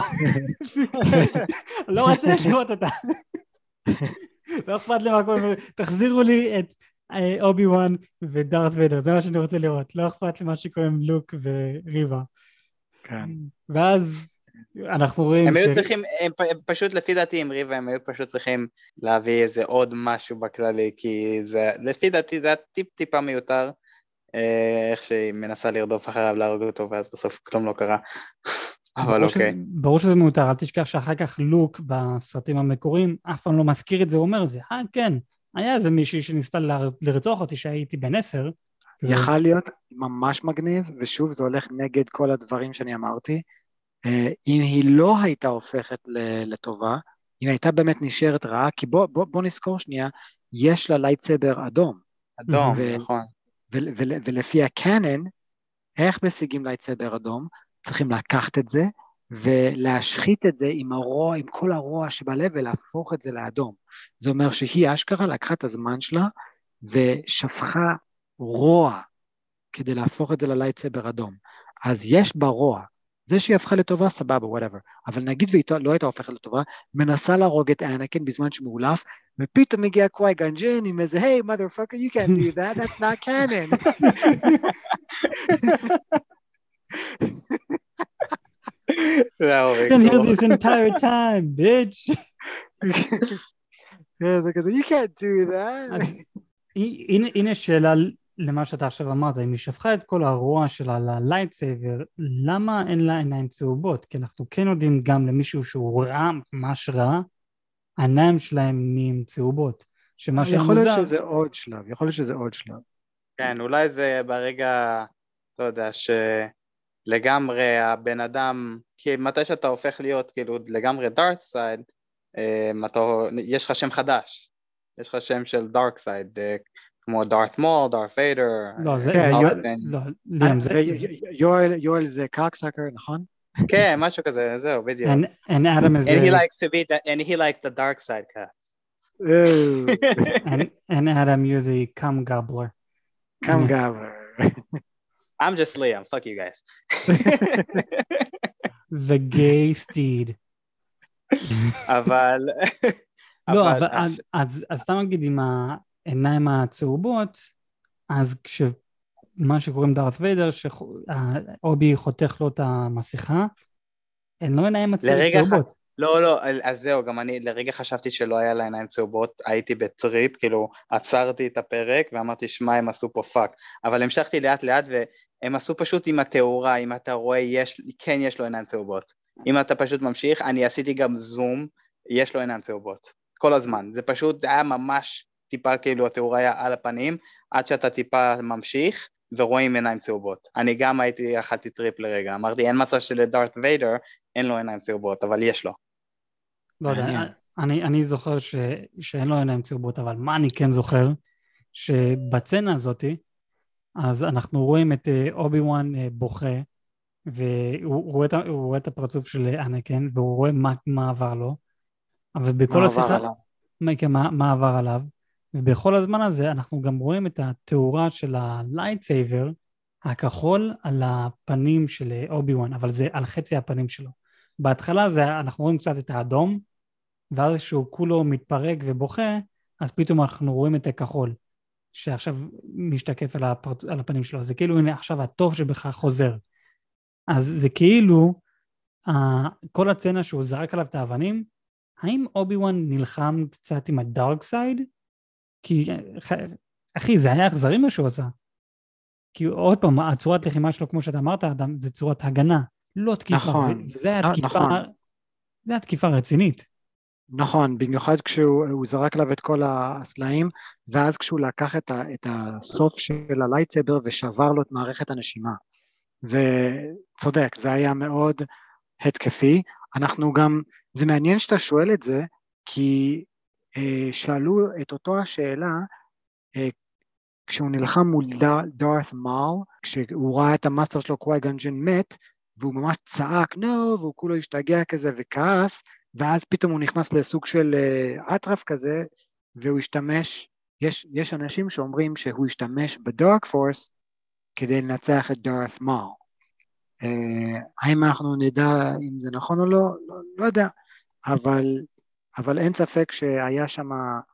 לא רוצה לראות אותה. לא אכפת לי מה קורה, תחזירו לי את אובי-וואן ודארת ויידר, זה מה שאני רוצה לראות. לא אכפת לי מה שקורה עם לוק וריבה. כן. ואז... אנחנו רואים הם היו צריכים, הם פשוט לפי דעתי עם ריבה, הם היו פשוט צריכים להביא איזה עוד משהו בכללי, כי זה, לפי דעתי זה היה טיפ טיפה מיותר, איך שהיא מנסה לרדוף אחריו להרוג אותו, ואז בסוף כלום לא קרה, אבל אוקיי. ברור שזה מיותר, אל תשכח שאחר כך לוק בסרטים המקוריים, אף פעם לא מזכיר את זה, הוא אומר את זה, אה כן, היה איזה מישהי שניסתה לרצוח אותי שהייתי בן עשר. יכל להיות ממש מגניב, ושוב זה הולך נגד כל הדברים שאני אמרתי, אם היא לא הייתה הופכת לטובה, אם הייתה באמת נשארת רעה, כי בוא, בוא, בוא נזכור שנייה, יש לה לייטסייבר אדום. אדום, ו- נכון. ו- ו- ו- ולפי הקאנן, איך משיגים לייטסייבר אדום? צריכים לקחת את זה, ולהשחית את זה עם הרוע, עם כל הרוע שבלב, ולהפוך את זה לאדום. זה אומר שהיא אשכרה לקחה את הזמן שלה, ושפכה רוע, כדי להפוך את זה ללייטסייבר אדום. אז יש בה רוע. זה שהיא הפכה לטובה, סבבה, whatever. אבל נגיד והיא לא הייתה הופכת לטובה, מנסה להרוג את אנקין בזמן שמאולף, ופתאום מגיע קווי-גן ג'ין עם איזה, hey, motherfucker, you can't do that, that's not canon. Been here this entire time, bitch. זה כזה, you can't do that. הנה שאלה למה שאתה עכשיו אמרת, אם היא שפכה את כל הרוע שלה ללייטסייבר, למה אין לה עיניים צהובות? כי אנחנו כן יודעים גם למישהו שהוא רע, ממש רע, העיניים שלהם נהיים צהובות. שמה שהיה יכול להיות מוזר... שזה עוד שלב, יכול להיות שזה עוד שלב. כן, אולי זה ברגע, אתה יודע, שלגמרי הבן אדם, כי מתי שאתה הופך להיות כאילו לגמרי דארק סייד, יש לך שם חדש, יש לך שם של דארק סייד, כמו דארת מול, דארת ויידר. לא, זה... יואל זה קאקסאקר, נכון? כן, משהו כזה, זהו, בדיוק. And Adam is and he likes to be that, and he likes the dark side cut. and, and Adam, you're the cum gobbler. Cum gobbler. I'm just Liam, fuck you guys. The gay steed. אבל... לא, אבל אז, אז, אז סתם נגיד עם העיניים הצהובות, אז כשמה שקוראים דארת ויידר, שאובי חותך לו את המסכה, אין לו עיניים צהובות. לא, לא, אז זהו, גם אני לרגע חשבתי שלא היה לה עיניים צהובות, הייתי בטריפ, כאילו עצרתי את הפרק ואמרתי שמה הם עשו פה פאק, אבל המשכתי לאט לאט והם עשו פשוט עם התאורה, אם אתה רואה, יש, כן יש לו עיניים צהובות, אם אתה פשוט ממשיך, אני עשיתי גם זום, יש לו עיניים צהובות, כל הזמן, זה פשוט היה ממש טיפה כאילו התאורה היה על הפנים, עד שאתה טיפה ממשיך ורואים עיניים צהובות, אני גם הייתי אכלתי טריפ לרגע, אמרתי אין מצב שלדארת ויידר אין לו עיניים צהובות, אבל יש לו. לא יודע, אני, אני זוכר ש, שאין לו עיניים צהובות, אבל מה אני כן זוכר? שבצנה הזאת, אז אנחנו רואים את אובי וואן בוכה, והוא רואה, הוא רואה את הפרצוף של אנקן, והוא רואה מה, מה עבר לו, אבל בכל השיחה, מה, מה, מה עבר עליו, ובכל הזמן הזה אנחנו גם רואים את התאורה של הלייטסייבר, הכחול על הפנים של אובי וואן, אבל זה על חצי הפנים שלו. בהתחלה זה, אנחנו רואים קצת את האדום, ואז שהוא כולו מתפרק ובוכה, אז פתאום אנחנו רואים את הכחול, שעכשיו משתקף על, הפרצ... על הפנים שלו. זה כאילו, הנה עכשיו הטוב שבך חוזר. אז זה כאילו, uh, כל הצנה שהוא זרק עליו את האבנים, האם אובי וואן נלחם קצת עם הדארק סייד? כי, אחי, זה היה אכזרי מה שהוא עשה. כי עוד פעם, הצורת לחימה שלו, כמו שאתה אמרת, אדם, זה צורת הגנה. לא תקיפה, נכון, וזה התקיפה, נכון. זה התקיפה רצינית. נכון, במיוחד כשהוא זרק עליו את כל הסלעים, ואז כשהוא לקח את, ה, את הסוף של הלייטסייבר ושבר לו את מערכת הנשימה. זה צודק, זה היה מאוד התקפי. אנחנו גם, זה מעניין שאתה שואל את זה, כי אה, שאלו את אותו השאלה, אה, כשהוא נלחם מול דארת מול, כשהוא ראה את המאסטר שלו קווי-גן ג'ין מת, והוא ממש צעק, נו, והוא כולו השתגע כזה וכעס, ואז פתאום הוא נכנס לסוג של uh, אטרף כזה, והוא השתמש, יש, יש אנשים שאומרים שהוא השתמש בדארק פורס, כדי לנצח את דארת מול. Uh, האם אנחנו נדע אם זה נכון או לא? לא, לא יודע, אבל, אבל אין ספק שהיה שם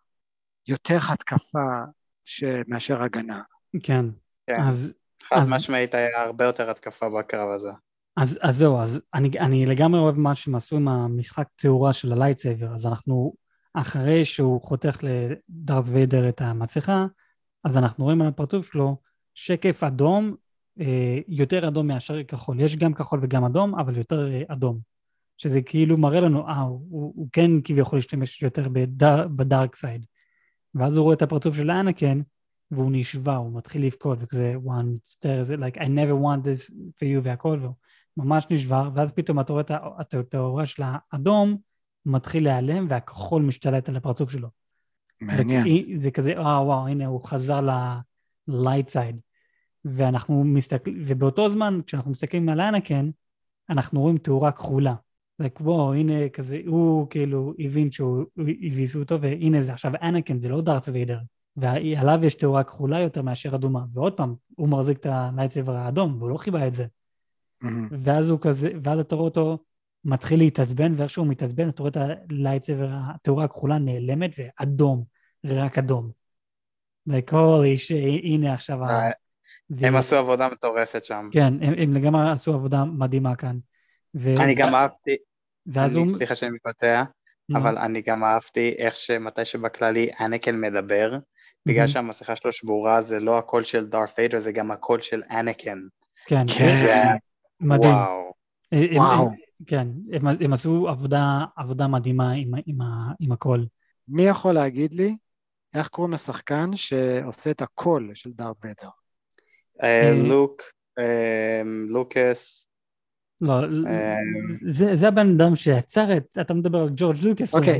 יותר התקפה מאשר הגנה. כן, כן. אז... חד אז... משמעית היה הרבה יותר התקפה בקרב הזה. אז, אז זהו, אז אני, אני לגמרי אוהב מה שהם עשו עם המשחק תאורה של הלייטסייבר, אז אנחנו, אחרי שהוא חותך לדארת ויידר את המצליחה, אז אנחנו רואים על הפרצוף שלו שקף אדום, אה, יותר אדום מאשר כחול, יש גם כחול וגם אדום, אבל יותר אה, אדום, שזה כאילו מראה לנו, אה, הוא, הוא, הוא כן כביכול להשתמש יותר בדאר, בדארק סייד, ואז הוא רואה את הפרצוף של אנקן, והוא נשבע, הוא מתחיל לבכות, וכזה, one stare, like, I never want this for you, והכל, והוא ממש נשבר, ואז פתאום אתה רואה את התאורה של האדום, מתחיל להיעלם, והכחול משתלט על הפרצוף שלו. מעניין. זה כזה, וואו, וואו, הנה, הוא חזר ל-light side, ואנחנו מסתכלים, ובאותו זמן, כשאנחנו מסתכלים על אנקן, אנחנו רואים תאורה כחולה. זה כמו, הנה, כזה, הוא כאילו הבין שהוא הביסו אותו, והנה זה עכשיו אנקן, זה לא דארת ויידר. ועליו יש תאורה כחולה יותר מאשר אדומה, ועוד פעם, הוא מחזיק את הלייטסייבר האדום, והוא לא חיבה את זה. Mm-hmm. ואז הוא כזה, ואז אתה רואה אותו מתחיל להתעצבן, ואיך שהוא מתעצבן, אתה רואה את הלייטסייבר, התאורה הכחולה נעלמת, ואדום, רק אדום. like, holy shit, הנה עכשיו... הם עשו עבודה מטורפת שם. כן, הם, הם לגמרי עשו עבודה מדהימה כאן. אני גם אהבתי, סליחה שאני מתפתח, אבל אני גם אהבתי איך שמתי שבכללי אנקן מדבר, בגלל שהמסכה שלו שבורה, זה לא הקול של דארת ויידר, זה גם הקול של אנקן. כן, זה מדהים. וואו. וואו. כן, הם עשו עבודה מדהימה עם הקול. מי יכול להגיד לי איך קוראים לשחקן שעושה את הקול של דארת ויידר? לוק, לוקאס. לא, זה הבן אדם שיצר את, אתה מדבר על ג'ורג' לוקאס. אוקיי.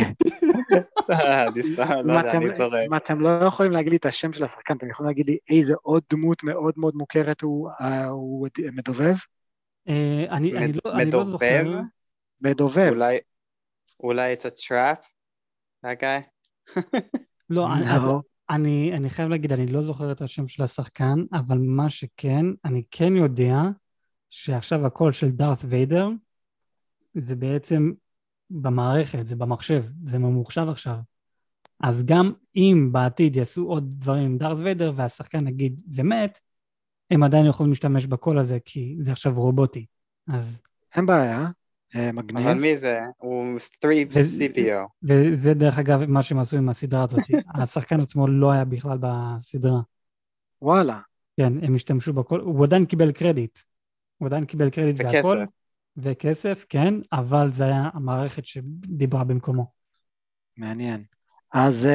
אם אתם לא יכולים להגיד לי את השם של השחקן, אתם יכולים להגיד לי איזה עוד דמות מאוד מאוד מוכרת הוא מדובב? אני לא זוכר. מדובב. אולי it's a trap? that guy? לא, אני חייב להגיד, אני לא זוכר את השם של השחקן, אבל מה שכן, אני כן יודע שעכשיו הקול של דארת ויידר, זה בעצם במערכת, זה במחשב, זה ממוחשב עכשיו. אז גם אם בעתיד יעשו עוד דברים עם דארת ויידר, והשחקן נגיד ומת, הם עדיין יכולים להשתמש בקול הזה, כי זה עכשיו רובוטי. אז... אין בעיה, מגניב. אבל מי זה? הוא סי פי או. וזה דרך אגב מה שהם עשו עם הסדרה הזאת. השחקן עצמו לא היה בכלל בסדרה. וואלה. כן, הם השתמשו בקול, הוא עדיין קיבל קרדיט. הוא עדיין קיבל קרדיט והכל. וכסף, כן, אבל זה היה המערכת שדיברה במקומו. מעניין. אז...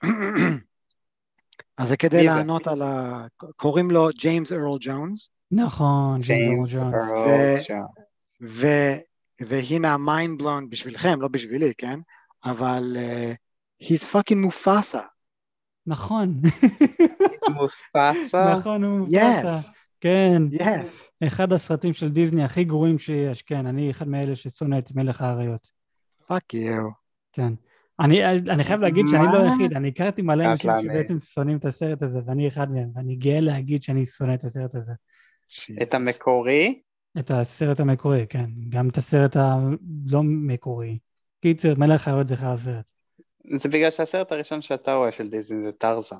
אז זה כדי לענות על ה... קוראים לו ג'יימס ארל ג'ונס. נכון, ג'יימס ארל ג'ונס. והנה המיינד בלון בשבילכם, לא בשבילי, כן? אבל he's fucking מופסה. נכון. מופסה? נכון, הוא מופסה. כן. Yes. אחד הסרטים של דיזני הכי גרועים שיש, כן, אני אחד מאלה ששונא את מלך האריות. Fuck you. כן. אני, אני חייב להגיד שאני לא היחיד, אני הכרתי מלא אנשים שבעצם שונאים את הסרט הזה, ואני אחד מהם, ואני גאה להגיד שאני שונא את הסרט הזה. את המקורי? את הסרט המקורי, כן. גם את הסרט הלא מקורי. קיצר, מלך האריות זה אחר הסרט. זה בגלל שהסרט הראשון שאתה רואה של דיזני זה טרזן.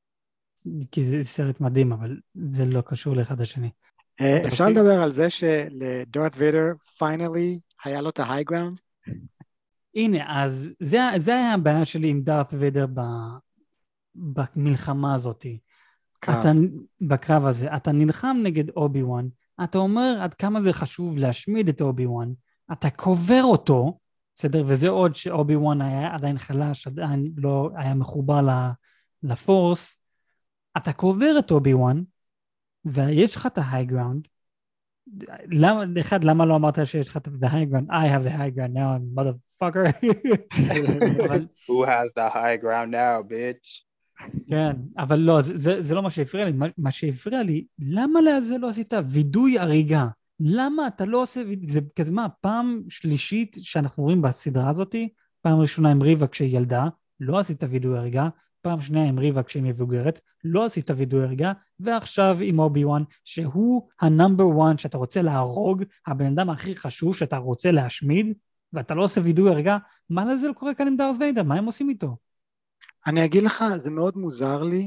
כי זה סרט מדהים, אבל זה לא קשור לאחד השני. אפשר לדבר על זה שלדארת ויידר פיינלי היה לו את ההיי גראונד? הנה, אז זה, זה היה הבעיה שלי עם דארת ויידר ב, במלחמה הזאת. אתה, בקרב הזה. אתה נלחם נגד אובי וואן, אתה אומר עד כמה זה חשוב להשמיד את אובי וואן, אתה קובר אותו, בסדר? וזה עוד שאובי וואן היה עדיין חלש, עדיין לא היה מחובר לפורס, אתה קובר את אובי וואן, ויש לך את ההיי גראונד, למה, אחד, למה לא אמרת שיש לך את ההיי גראונד? I have the high ground now, motherfucker. Who has the high ground now, bitch? כן, אבל לא, זה, זה לא מה שהפריע לי. מה, מה שהפריע לי, למה לזה לא עשית וידוי הריגה? למה אתה לא עושה, זה כזה מה, פעם שלישית שאנחנו רואים בסדרה הזאת, פעם ראשונה עם ריבה כשהיא ילדה, לא עשית וידוי הריגה, פעם שנייה עם ריבה כשהיא מבוגרת, לא עשית וידוי הריגה, ועכשיו עם אובי וואן, שהוא הנאמבר וואן שאתה רוצה להרוג, הבן אדם הכי חשוב שאתה רוצה להשמיד, ואתה לא עושה וידוי הריגה, מה לזה לא קורה כאן עם דארת ויידר? מה הם עושים איתו? אני אגיד לך, זה מאוד מוזר לי,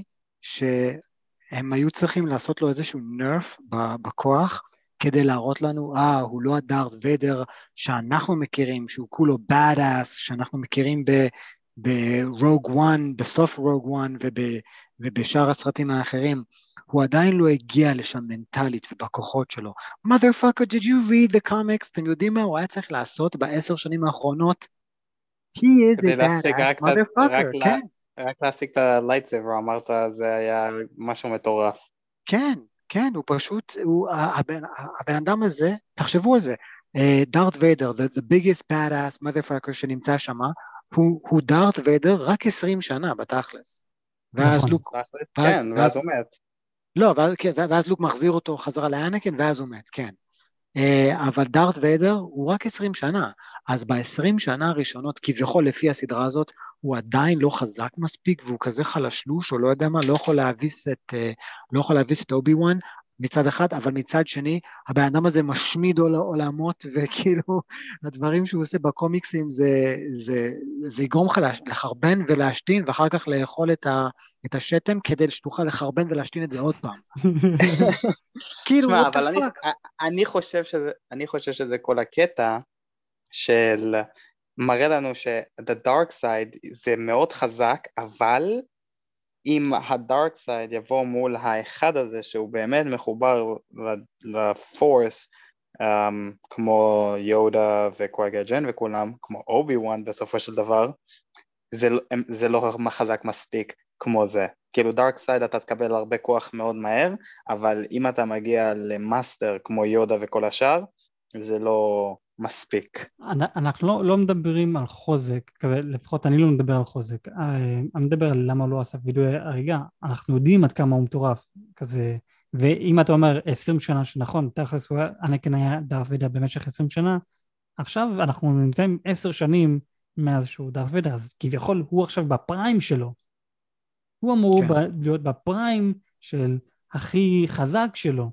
שהם היו צריכים לעשות לו איזשהו נרף בכוח, כדי להראות לנו, אה, הוא לא הדארת ויידר שאנחנו מכירים, שהוא כולו bad ass, שאנחנו מכירים ב... ברוג וואן, בסוף רוג וואן ובשאר הסרטים האחרים, הוא עדיין לא הגיע לשם מנטלית ובכוחות שלו. Motherfucker, did you read the comics? אתם יודעים מה הוא היה צריך לעשות בעשר שנים האחרונות? He is a badass motherfucker, כן. רק להשיג את הלייטסייבר, אמרת, זה היה משהו מטורף. כן, כן, הוא פשוט, הוא, הבן, הבן אדם הזה, תחשבו על זה, דארת ויידר, the, the biggest badass motherfucker שנמצא שמה, הוא, הוא דארת ויידר רק עשרים שנה בתכלס. ואז לוק... כן, ואז הוא מת. לא, ואז לוק מחזיר אותו חזרה לאנקין, ואז הוא מת, כן. אבל דארת ויידר הוא רק עשרים שנה, אז ב-עשרים שנה הראשונות, כביכול לפי הסדרה הזאת, הוא עדיין לא חזק מספיק, והוא כזה חלשלוש, או לא יודע מה, לא יכול להביס את, לא יכול להביס את אובי וואן, מצד אחד, אבל מצד שני, הבן אדם הזה משמיד עולמות, וכאילו, הדברים שהוא עושה בקומיקסים, זה, זה, זה יגרום לך לחרבן ולהשתין, ואחר כך לאכול את, ה, את השטם, כדי שתוכל לחרבן ולהשתין את זה עוד פעם. כאילו, שמה, אבל אני, אני, חושב שזה, אני חושב שזה כל הקטע, של מראה לנו ש-the dark side זה מאוד חזק, אבל אם ה-dark side יבוא מול האחד הזה, שהוא באמת מחובר לפורס, um, כמו יודה וקוואגה-ג'ן וכולם, כמו אובי-וואן בסופו של דבר, זה, זה לא חזק מספיק כמו זה. כאילו dark side אתה תקבל הרבה כוח מאוד מהר, אבל אם אתה מגיע למאסטר כמו יודה וכל השאר, זה לא מספיק. אנחנו לא, לא מדברים על חוזק, כזה, לפחות אני לא מדבר על חוזק, אני מדבר על למה הוא לא עשה וידוי הריגה, אנחנו יודעים עד כמה הוא מטורף, כזה, ואם אתה אומר עשרים שנה שנכון, תכלס הוא אנקין היה דארת ויידר במשך עשרים שנה, עכשיו אנחנו נמצאים עשר שנים מאז שהוא דארת ויידר, אז כביכול הוא עכשיו בפריים שלו, הוא אמור כן. ב- להיות בפריים של הכי חזק שלו,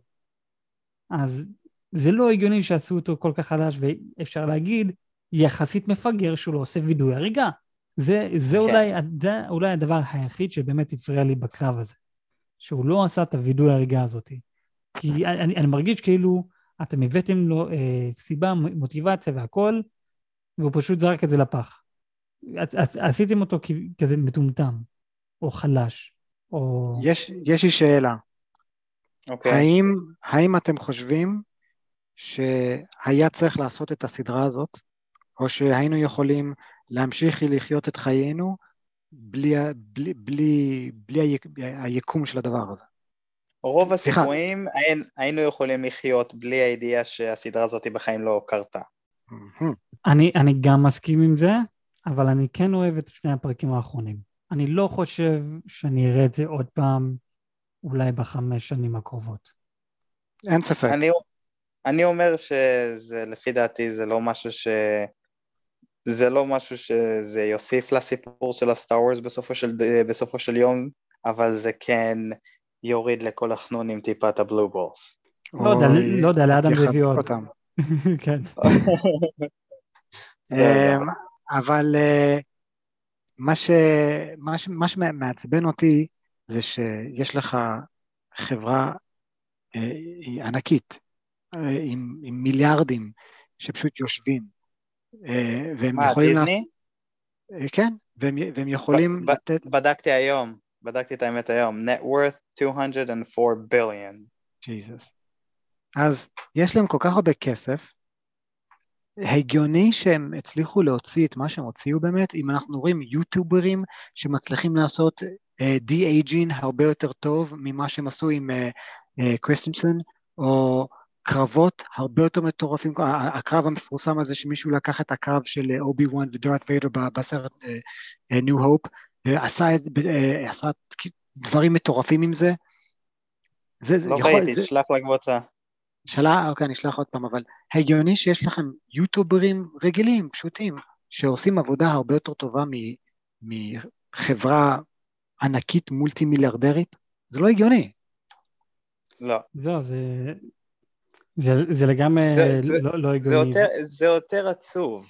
אז זה לא הגיוני שעשו אותו כל כך חדש, ואפשר להגיד, יחסית מפגר שהוא לא עושה וידוי הריגה. זה, זה okay. אולי, זה אולי הדבר היחיד שבאמת הפריע לי בקרב הזה, שהוא לא עשה את הוידוי הריגה הזאת. כי אני, אני מרגיש כאילו, אתם הבאתם לו אה, סיבה, מוטיבציה והכל, והוא פשוט זרק את זה לפח. עשיתם אותו כזה מטומטם, או חלש, או... יש, יש לי שאלה. Okay. האם, האם אתם חושבים שהיה צריך לעשות את הסדרה הזאת, או שהיינו יכולים להמשיך לחיות את חיינו בלי, בלי, בלי, בלי היקום של הדבר הזה? רוב הסיכויים היינו יכולים לחיות בלי הידיעה שהסדרה הזאת בחיים לא קרתה. אני, אני גם מסכים עם זה, אבל אני כן אוהב את שני הפרקים האחרונים. אני לא חושב שאני אראה את זה עוד פעם, אולי בחמש שנים הקרובות. אין ספק. אני, אני אומר שזה, לפי דעתי, זה לא משהו ש... זה לא משהו שזה יוסיף לסיפור של הסטאר וורס בסופו של, בסופו של יום, אבל זה כן יוריד לכל החנונים טיפה את הבלו בולס. לא יודע, לא יודע, לאדם זה הביא עוד. כן. אבל מה ש... מה ש... מה שמעצבן אותי זה שיש לך חברה ענקית, עם, עם מיליארדים שפשוט יושבים, והם מה, יכולים... דיסני? לעשות... כן, והם, והם יכולים ב- לתת... בדקתי היום, בדקתי את האמת היום, net worth two hundred four billion. ג'יזוס. אז יש להם כל כך הרבה כסף, הגיוני שהם הצליחו להוציא את מה שהם הוציאו באמת, אם אנחנו רואים יוטיוברים שמצליחים לעשות די-אייג'ין הרבה יותר טוב ממה שהם עשו עם קריסטנסן, או קרבות הרבה יותר מטורפים, הקרב המפורסם הזה שמישהו לקח את הקרב של אובי וואן ודארת ויידר בסרט ניו הופ, עשה, עשה דברים מטורפים עם זה. זה לא יכול, ראיתי, זה... שלח לקבוצה. שאלה, אוקיי, אני אשלח עוד פעם, אבל הגיוני שיש לכם יוטיוברים רגילים, פשוטים, שעושים עבודה הרבה יותר טובה מחברה ענקית מולטי מיליארדרית? זה לא הגיוני. לא. זהו, זה... זה, זה לגמרי זה, זה, לא, לא הגיוני. זה יותר, זה יותר עצוב.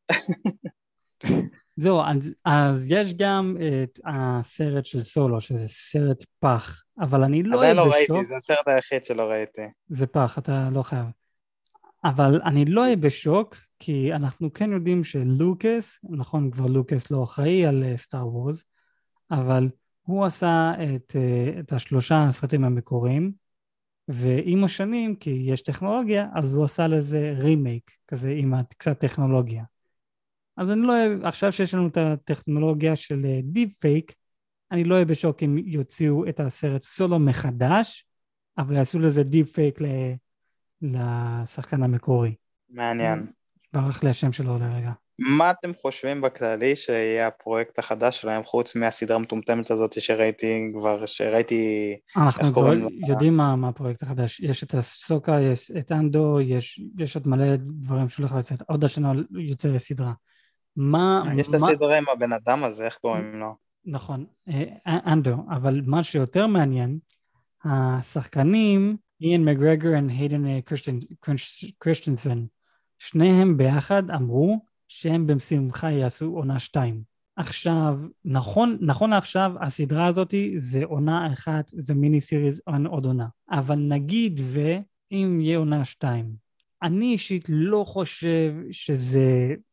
זהו, אז, אז יש גם את הסרט של סולו, שזה סרט פח, אבל אני לא אהיה לא בשוק. ראיתי, זה הסרט היחיד שלא ראיתי. זה פח, אתה לא חייב. אבל אני לא אהיה בשוק, כי אנחנו כן יודעים שלוקאס, נכון, כבר לוקאס לא אחראי על סטאר וורס, אבל הוא עשה את, את השלושה הסרטים המקוריים, ועם השנים, כי יש טכנולוגיה, אז הוא עשה לזה רימייק, כזה עם קצת טכנולוגיה. אז אני לא אוהב, עכשיו שיש לנו את הטכנולוגיה של דיפ פייק, אני לא אוהב בשוק אם יוציאו את הסרט סולו מחדש, אבל יעשו לזה דיפ פייק לשחקן המקורי. מעניין. ברח לי השם שלו לרגע. מה אתם חושבים בכללי שיהיה הפרויקט החדש שלהם, חוץ מהסדרה המטומטמת הזאת שראיתי כבר, שראיתי... אנחנו כבר יודעים מה, מה הפרויקט החדש. יש את הסוקה, יש את אנדו, יש, יש עוד מלא דברים שהולך לצאת. עוד השנה יוצא סדרה. מה... יש את הסדרה עם הבן אדם הזה, איך קוראים לו? נכון, אנדו, אבל מה שיותר מעניין, השחקנים, איין מגרגור והיידן קריסטנסן, שניהם ביחד אמרו שהם בשמחה יעשו עונה שתיים. עכשיו, נכון, נכון עכשיו, הסדרה הזאת זה עונה אחת, זה מיני סיריז עוד עונה. אבל נגיד ואם יהיה עונה שתיים, אני אישית לא חושב שזה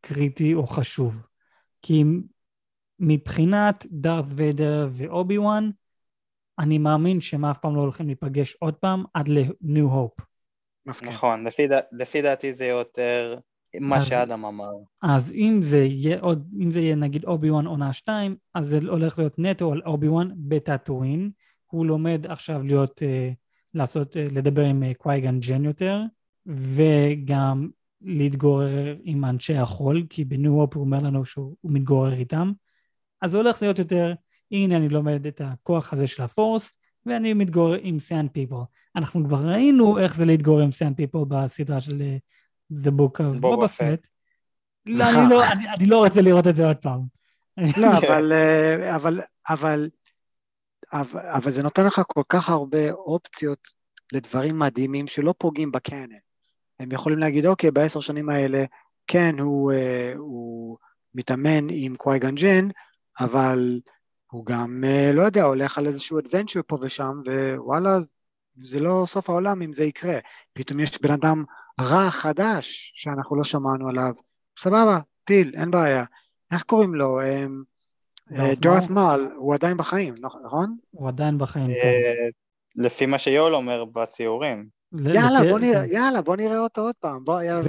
קריטי או חשוב. כי מבחינת דארת ויידר ואובי וואן, אני מאמין שהם אף פעם לא הולכים להיפגש עוד פעם עד ל-New Hope. נכון, לפי, ד... לפי דעתי זה יותר מה אז, שאדם אמר. אז אם זה יהיה עוד, אם זה יהיה נגיד אובי וואן עונה שתיים, אז זה הולך להיות נטו על אובי וואן בטאטואין, הוא לומד עכשיו להיות, uh, לעשות, uh, לדבר עם uh, קווייגן ג'ן יותר, וגם להתגורר עם אנשי החול, כי בניו הופ הוא אומר לנו שהוא מתגורר איתם, אז זה הולך להיות יותר, הנה אני לומד את הכוח הזה של הפורס, ואני מתגורר עם סאנד פיפל. אנחנו כבר ראינו איך זה להתגורר עם סאנד פיפל בסדרה של The Book of Boba Fett. לא, אני לא, אני, אני לא רוצה לראות את זה עוד פעם. לא, אבל, אבל, אבל, אבל, אבל זה נותן לך כל כך הרבה אופציות לדברים מדהימים שלא פוגעים בקאנן. הם יכולים להגיד, אוקיי, בעשר שנים האלה, כן, הוא, הוא מתאמן עם קווייגן ג'ן, אבל הוא גם, לא יודע, הולך על איזשהו adventure פה ושם, ווואלה, זה לא סוף העולם אם זה יקרה. פתאום יש בן אדם רע חדש שאנחנו לא שמענו עליו. סבבה, טיל, אין בעיה. איך קוראים לו? דארת מאול, הוא עדיין בחיים, נכון? הוא עדיין בחיים, כן. לפי מה שיול אומר בציורים. יאללה, בוא נראה, יאללה, בוא נראה אותו עוד פעם.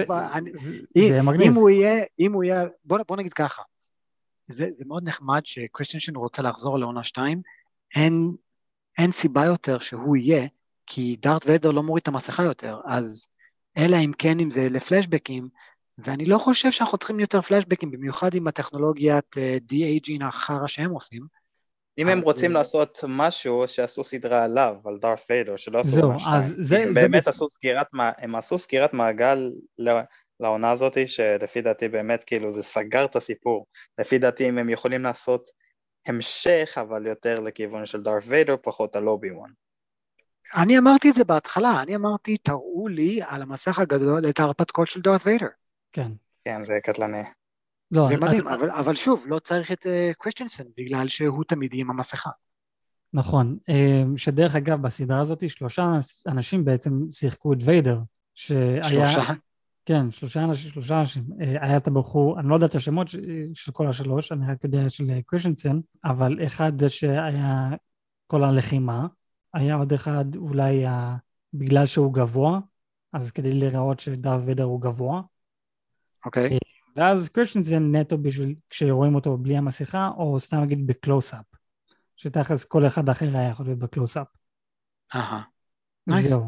אם הוא יהיה, אם הוא יהיה, בוא נגיד ככה. זה מאוד נחמד שקריסטיאנסן רוצה לחזור לעונה שתיים, אין, אין סיבה יותר שהוא יהיה, כי דארת ויידר לא מוריד את המסכה יותר, אז אלא אם כן אם זה לפלשבקים, ואני לא חושב שאנחנו צריכים יותר פלשבקים, במיוחד עם הטכנולוגיית די-אייג'ין החרא שהם עושים. אם הם רוצים לעשות משהו, שעשו סדרה עליו, על דארת ויידר, שלא עשו עונה שתיים. הם באמת עשו סגירת, הם עשו סגירת מעגל לעונה הזאת, שלפי דעתי באמת כאילו זה סגר את הסיפור. לפי דעתי אם הם יכולים לעשות המשך, אבל יותר לכיוון של דארת ויידר, פחות על אובי וואן. אני אמרתי את זה בהתחלה, אני אמרתי, תראו לי על המסך הגדול את ההרפתקאות של דארת ויידר. כן. כן, זה קטלני. לא, זה מדהים, אבל, אבל שוב, לא צריך את קריסטיאנסן, בגלל שהוא תמיד עם המסכה. נכון, שדרך אגב, בסדרה הזאת, שלושה אנשים בעצם שיחקו את ויידר. שהיה, שלושה? כן, שלושה אנשים, שלושה אנשים. היה את הבחור, אני לא יודע את השמות של כל השלוש, אני רק יודע של קריסטיאנסן, אבל אחד שהיה כל הלחימה, היה עוד אחד אולי בגלל שהוא גבוה, אז כדי לראות שדארת ויידר הוא גבוה. אוקיי. Okay. ואז קריסטיאנסן נטו בשביל כשרואים אותו בלי המסכה, או סתם נגיד בקלוס-אפ, שתכלס כל אחד אחר היה יכול להיות בקלוס-אפ. אהה. זהו.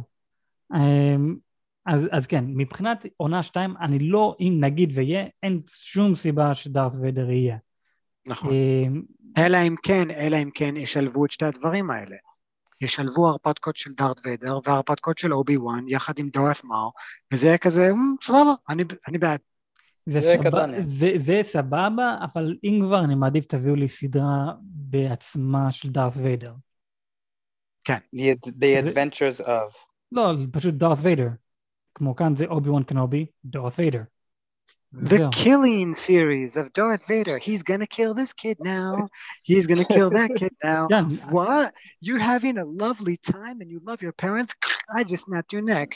אז, אז כן, מבחינת עונה שתיים, אני לא, אם נגיד ויהיה, אין שום סיבה שדארת ויידר יהיה. נכון. אלא אם כן, אלא אם כן ישלבו את שתי הדברים האלה. ישלבו הרפתקות של דארת ויידר והרפתקות של אובי וואן יחד עם דארת מאול, וזה יהיה כזה, סבבה, אני, אני בעד. זה, זה, סבא, זה, זה סבבה, אבל אם כבר אני מעדיף תביאו לי סדרה בעצמה של דארת ויידר. כן. The, the Adventures of. לא, פשוט דארת ויידר. כמו כאן זה אובי וואן קנובי, דארת ויידר. The killing series of Darth Vader. He's gonna kill this kid now. He's gonna kill that kid now. Yeah. What? You're having a lovely time and you love your parents? I just snapped your neck.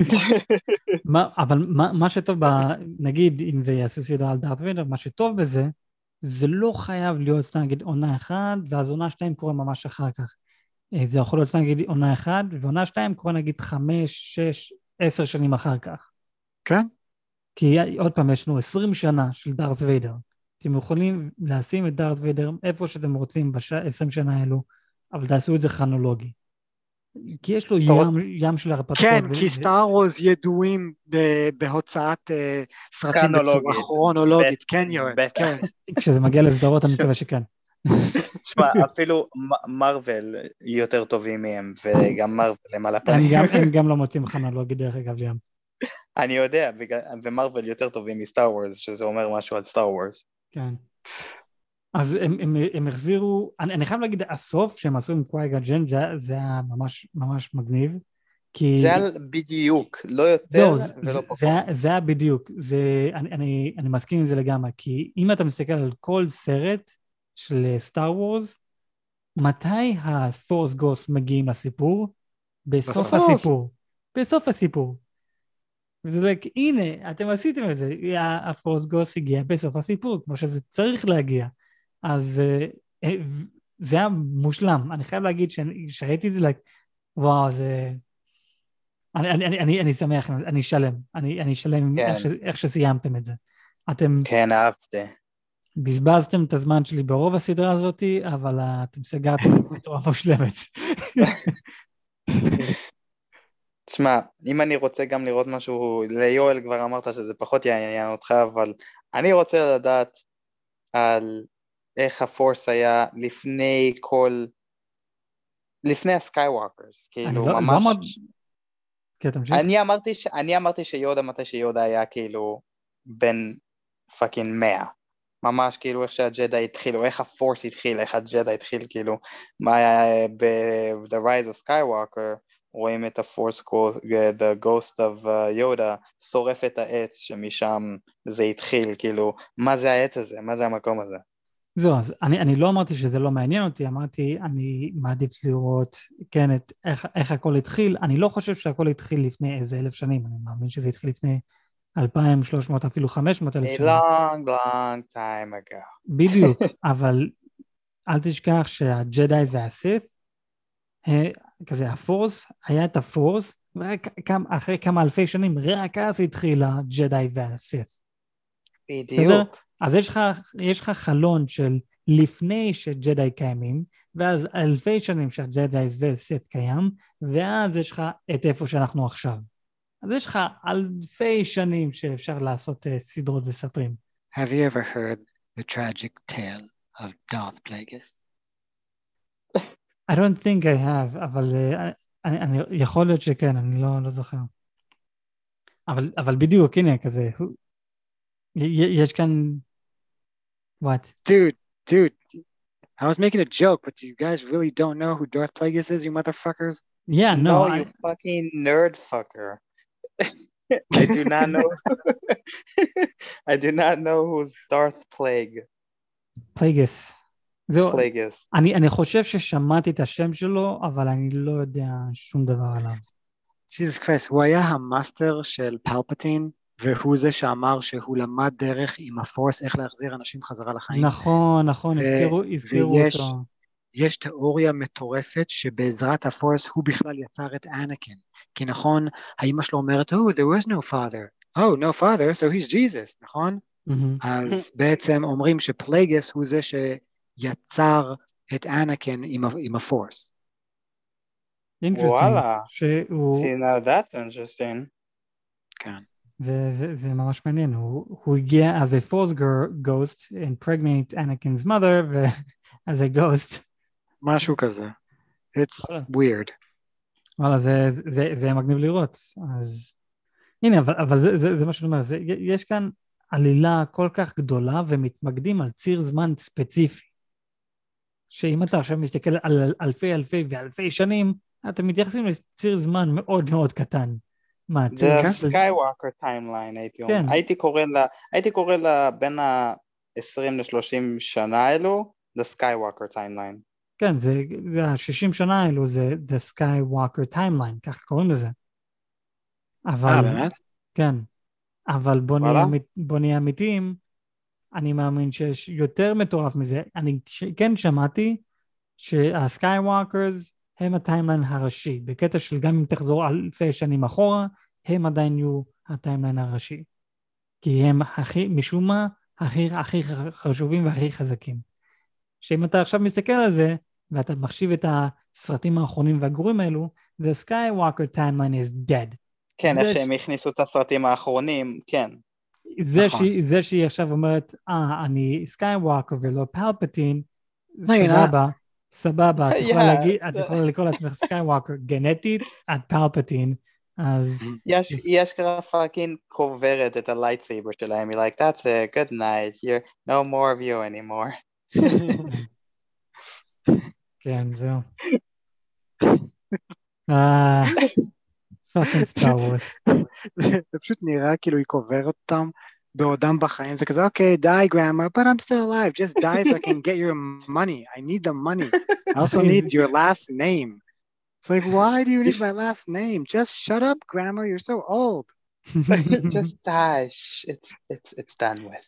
מה, אבל מה, מה שטוב, ב, נגיד, אם זה יעשו סדרה על דארת ויידר, מה שטוב בזה, זה לא חייב להיות, סתם נגיד, עונה אחת, ואז עונה שתיים קורה ממש אחר כך. זה יכול להיות, סתם נגיד, עונה אחת, ועונה שתיים קורה, נגיד, חמש, שש, עשר שנים אחר כך. כן? כי עוד פעם יש לנו עשרים שנה של דארת ויידר. אתם יכולים לשים את דארת ויידר איפה שאתם רוצים ב-עשרים שנה האלו, אבל תעשו את זה כרונולוגי. כי יש לו ים, ים של הרפתקות. כן, ו- כי סטאר וורס ידועים ב- בהוצאת uh, סרטים בצורה כרונולוגית. כן, יואל, כן. כשזה מגיע לסדרות אני מקווה שכן. תשמע, אפילו מרוול יותר טובים מהם, וגם מרוול הם על הפנים. הם גם לא מוצאים כרונולוגי דרך אגב לים. אני יודע, ומרוול יותר טובים מסטאר וורס, שזה אומר משהו על סטאר וורס. כן. אז הם, הם, הם החזירו, אני, אני חייב להגיד, הסוף שהם עשו עם קווייגן ג'ן, זה, זה היה ממש, ממש מגניב. כי... זה היה בדיוק, לא יותר זה, ולא זה, פחות. זה, זה היה בדיוק, זה, אני, אני, אני מסכים עם זה לגמרי, כי אם אתה מסתכל על כל סרט של סטאר וורס, מתי הפורס גוסט מגיעים לסיפור? בסוף בסוף. הסיפור. בסוף הסיפור. וזה like, הנה, אתם עשיתם את זה, הפורס גוס הגיע בסוף הסיפור, כמו שזה צריך להגיע. אז זה היה מושלם. אני חייב להגיד שראיתי את זה, like, וואו, זה... אני, אני, אני, אני שמח, אני שלם, אני, אני שלם כן. איך, ש, איך שסיימתם את זה. אתם... כן, אהבתי. בזבזתם את הזמן שלי ברוב הסדרה הזאת, אבל אתם סגרתם את זה בצורה מושלמת. תשמע, אם אני רוצה גם לראות משהו, ליואל כבר אמרת שזה פחות יעניין אותך, אבל אני רוצה לדעת על איך הפורס היה לפני כל, לפני הסקייווקרס, כאילו לא, ממש... לא אמר... כן, אני אמרתי, ש... אני אמרתי שיודה מתי שיודה היה כאילו בין פאקינג מאה. ממש כאילו איך שהג'דה התחיל, או איך הפורס התחיל, איך הג'דה התחיל, כאילו, מה היה ב-The Rise of Skywalker, רואים את הפורס, the ghost of Yoda, שורף את העץ שמשם זה התחיל, כאילו, מה זה העץ הזה, מה זה המקום הזה? זהו, אז אני, אני לא אמרתי שזה לא מעניין אותי, אמרתי, אני מעדיף לראות, כן, את איך, איך הכל התחיל, אני לא חושב שהכל התחיל לפני איזה אלף שנים, אני מאמין שזה התחיל לפני אלפיים ושלוש מאות, אפילו חמש מאות אלף שנים. A long, long time ago. בדיוק, אבל אל תשכח שהג'דאיז והסית' כזה, הפורס, היה את הפורס, ורק אחרי כמה אלפי שנים, רק אז התחיל הג'דאי והסית'. בדיוק. אז יש לך, יש לך חלון של לפני שג'דאי קיימים, ואז אלפי שנים שהג'דאי והסית' קיים, ואז יש לך את איפה שאנחנו עכשיו. אז יש לך אלפי שנים שאפשר לעשות uh, סדרות וסרטים. Have you ever heard the tragic tale of Darth Plagueis? I don't think I have, אבל uh, אני, אני, יכול להיות שכן, אני לא, לא זוכר. אבל, אבל בדיוק, הנה, כזה, יש כאן... What? Dude, dude, I was making a joke, but you guys really don't know who Darth Plagueis is, you motherfuckers? Yeah, no. No, I... you fucking nerd fucker. I do not know. I do not know who's Darth Plague. Plagueis. זהו, Plagueis. אני, אני חושב ששמעתי את השם שלו, אבל אני לא יודע שום דבר עליו. Jesus Christ, הוא היה המאסטר של פלפטין, והוא זה שאמר שהוא למד דרך עם הפורס, איך להחזיר אנשים חזרה לחיים. נכון, נכון, הזכירו, הזכירו ויש, אותו. יש תיאוריה מטורפת שבעזרת הפורס הוא בכלל יצר את אנקין. כי נכון, האמא שלו אומרת, oh, there was no father. Oh, no father, so he's Jesus, נכון? Mm-hmm. אז בעצם אומרים שפלייגס הוא זה שיצר את אנקין עם, עם הפורס. וואלה. שהוא... See, now that's interesting. כן. זה, זה, זה ממש מעניין, הוא, הוא הגיע as a force ghost impregnate Anakin's mother, ו-as a ghost. משהו כזה. It's weird. וואלה, זה, זה, זה מגניב לראות. אז, הנה, אבל, אבל זה, זה, זה מה שאני אומר, זה, יש כאן עלילה כל כך גדולה, ומתמקדים על ציר זמן ספציפי. שאם אתה עכשיו מסתכל על אלפי אלפי ואלפי שנים, אתם מתייחסים לציר זמן מאוד מאוד קטן. מה, The Skywalker timeline, הייתי אומר. הייתי קורא לה, הייתי קורא לה בין ה-עשרים ל-שלושים שנה האלו, The Skywalker timeline. כן, זה, זה ה-שישים שנה האלו, זה The Skywalker timeline, כך קוראים לזה. אבל... אה, באמת? כן. אבל בוא נהיה, בוא נהיה אמיתיים, אני מאמין שיש יותר מטורף מזה. אני כן שמעתי שה-Skywalkers הם הטיימליין הראשי, בקטע של גם אם תחזור אלפי שנים אחורה, הם עדיין יהיו הטיימליין הראשי. כי הם הכי, משום מה, הכי, הכי חשובים והכי חזקים. שאם אתה עכשיו מסתכל על זה, ואתה מחשיב את הסרטים האחרונים והגרועים האלו, the Skywalker timeline is dead. כן, איך שהם הכניסו את הסרטים האחרונים, כן. זה, נכון. ש... זה שהיא עכשיו אומרת, אה, אני סקייווקר ולא פלפטין, סבבה, סבבה, את יכולה להגיד, את יכולה לקרוא לעצמך סקייווקר גנטית, את פלפטין, אז... יש, יש ככה פאקינג קוברת את הלייטסייבר שלהם, you're like, that's it, good night, you're no more of you anymore. כן, זהו. אה... פאקינג סטאר וורס. זה פשוט נראה כאילו היא קוברת אותם בעודם בחיים, זה כזה, אוקיי, die grandma, but I'm still alive, just die so I can get your money, I need the money, I also need your last name. It's like, why do you need my last name? Just shut up, grandma, you're so old. just hush, it's, it's, it's done with.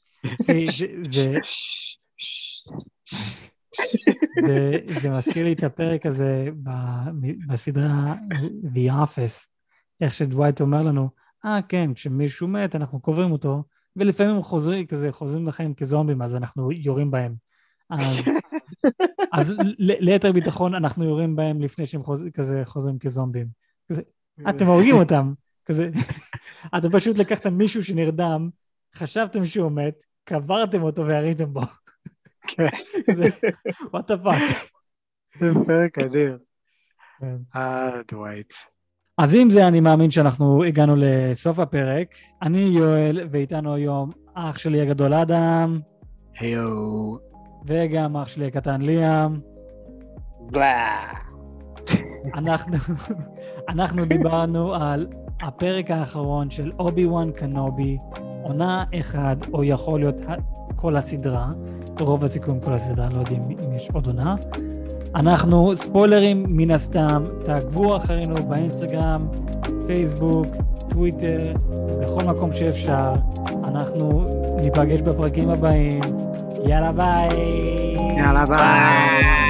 זה מזכיר לי את הפרק הזה בסדרה The Office, איך שדווייט אומר לנו, אה כן, כשמישהו מת אנחנו קוברים אותו, ולפעמים חוזרים כזה, חוזרים לחיים כזומבים, אז אנחנו יורים בהם. אז, אז ליתר ביטחון אנחנו יורים בהם לפני שהם חוז, כזה חוזרים כזומבים. כזה, אתם הורגים אותם. כזה, אתם פשוט לקחתם מישהו שנרדם, חשבתם שהוא מת, קברתם אותו והריתם בו. כן. what the fuck. זה פרק אדיר. אה, דווייט. אז עם זה אני מאמין שאנחנו הגענו לסוף הפרק. אני יואל, ואיתנו היום אח שלי הגדול אדם. היו. וגם אח שלי הקטן ליאם. בלה. אנחנו, אנחנו דיברנו על הפרק האחרון של אובי וואן קנובי, עונה אחד, או יכול להיות כל הסדרה, רוב הסיכום כל הסדרה, לא יודעים אם יש עוד עונה. אנחנו ספוילרים מן הסתם, תעקבו אחרינו באינסטגרם, פייסבוק, טוויטר, בכל מקום שאפשר. אנחנו ניפגש בפרקים הבאים. יאללה ביי. יאללה ביי.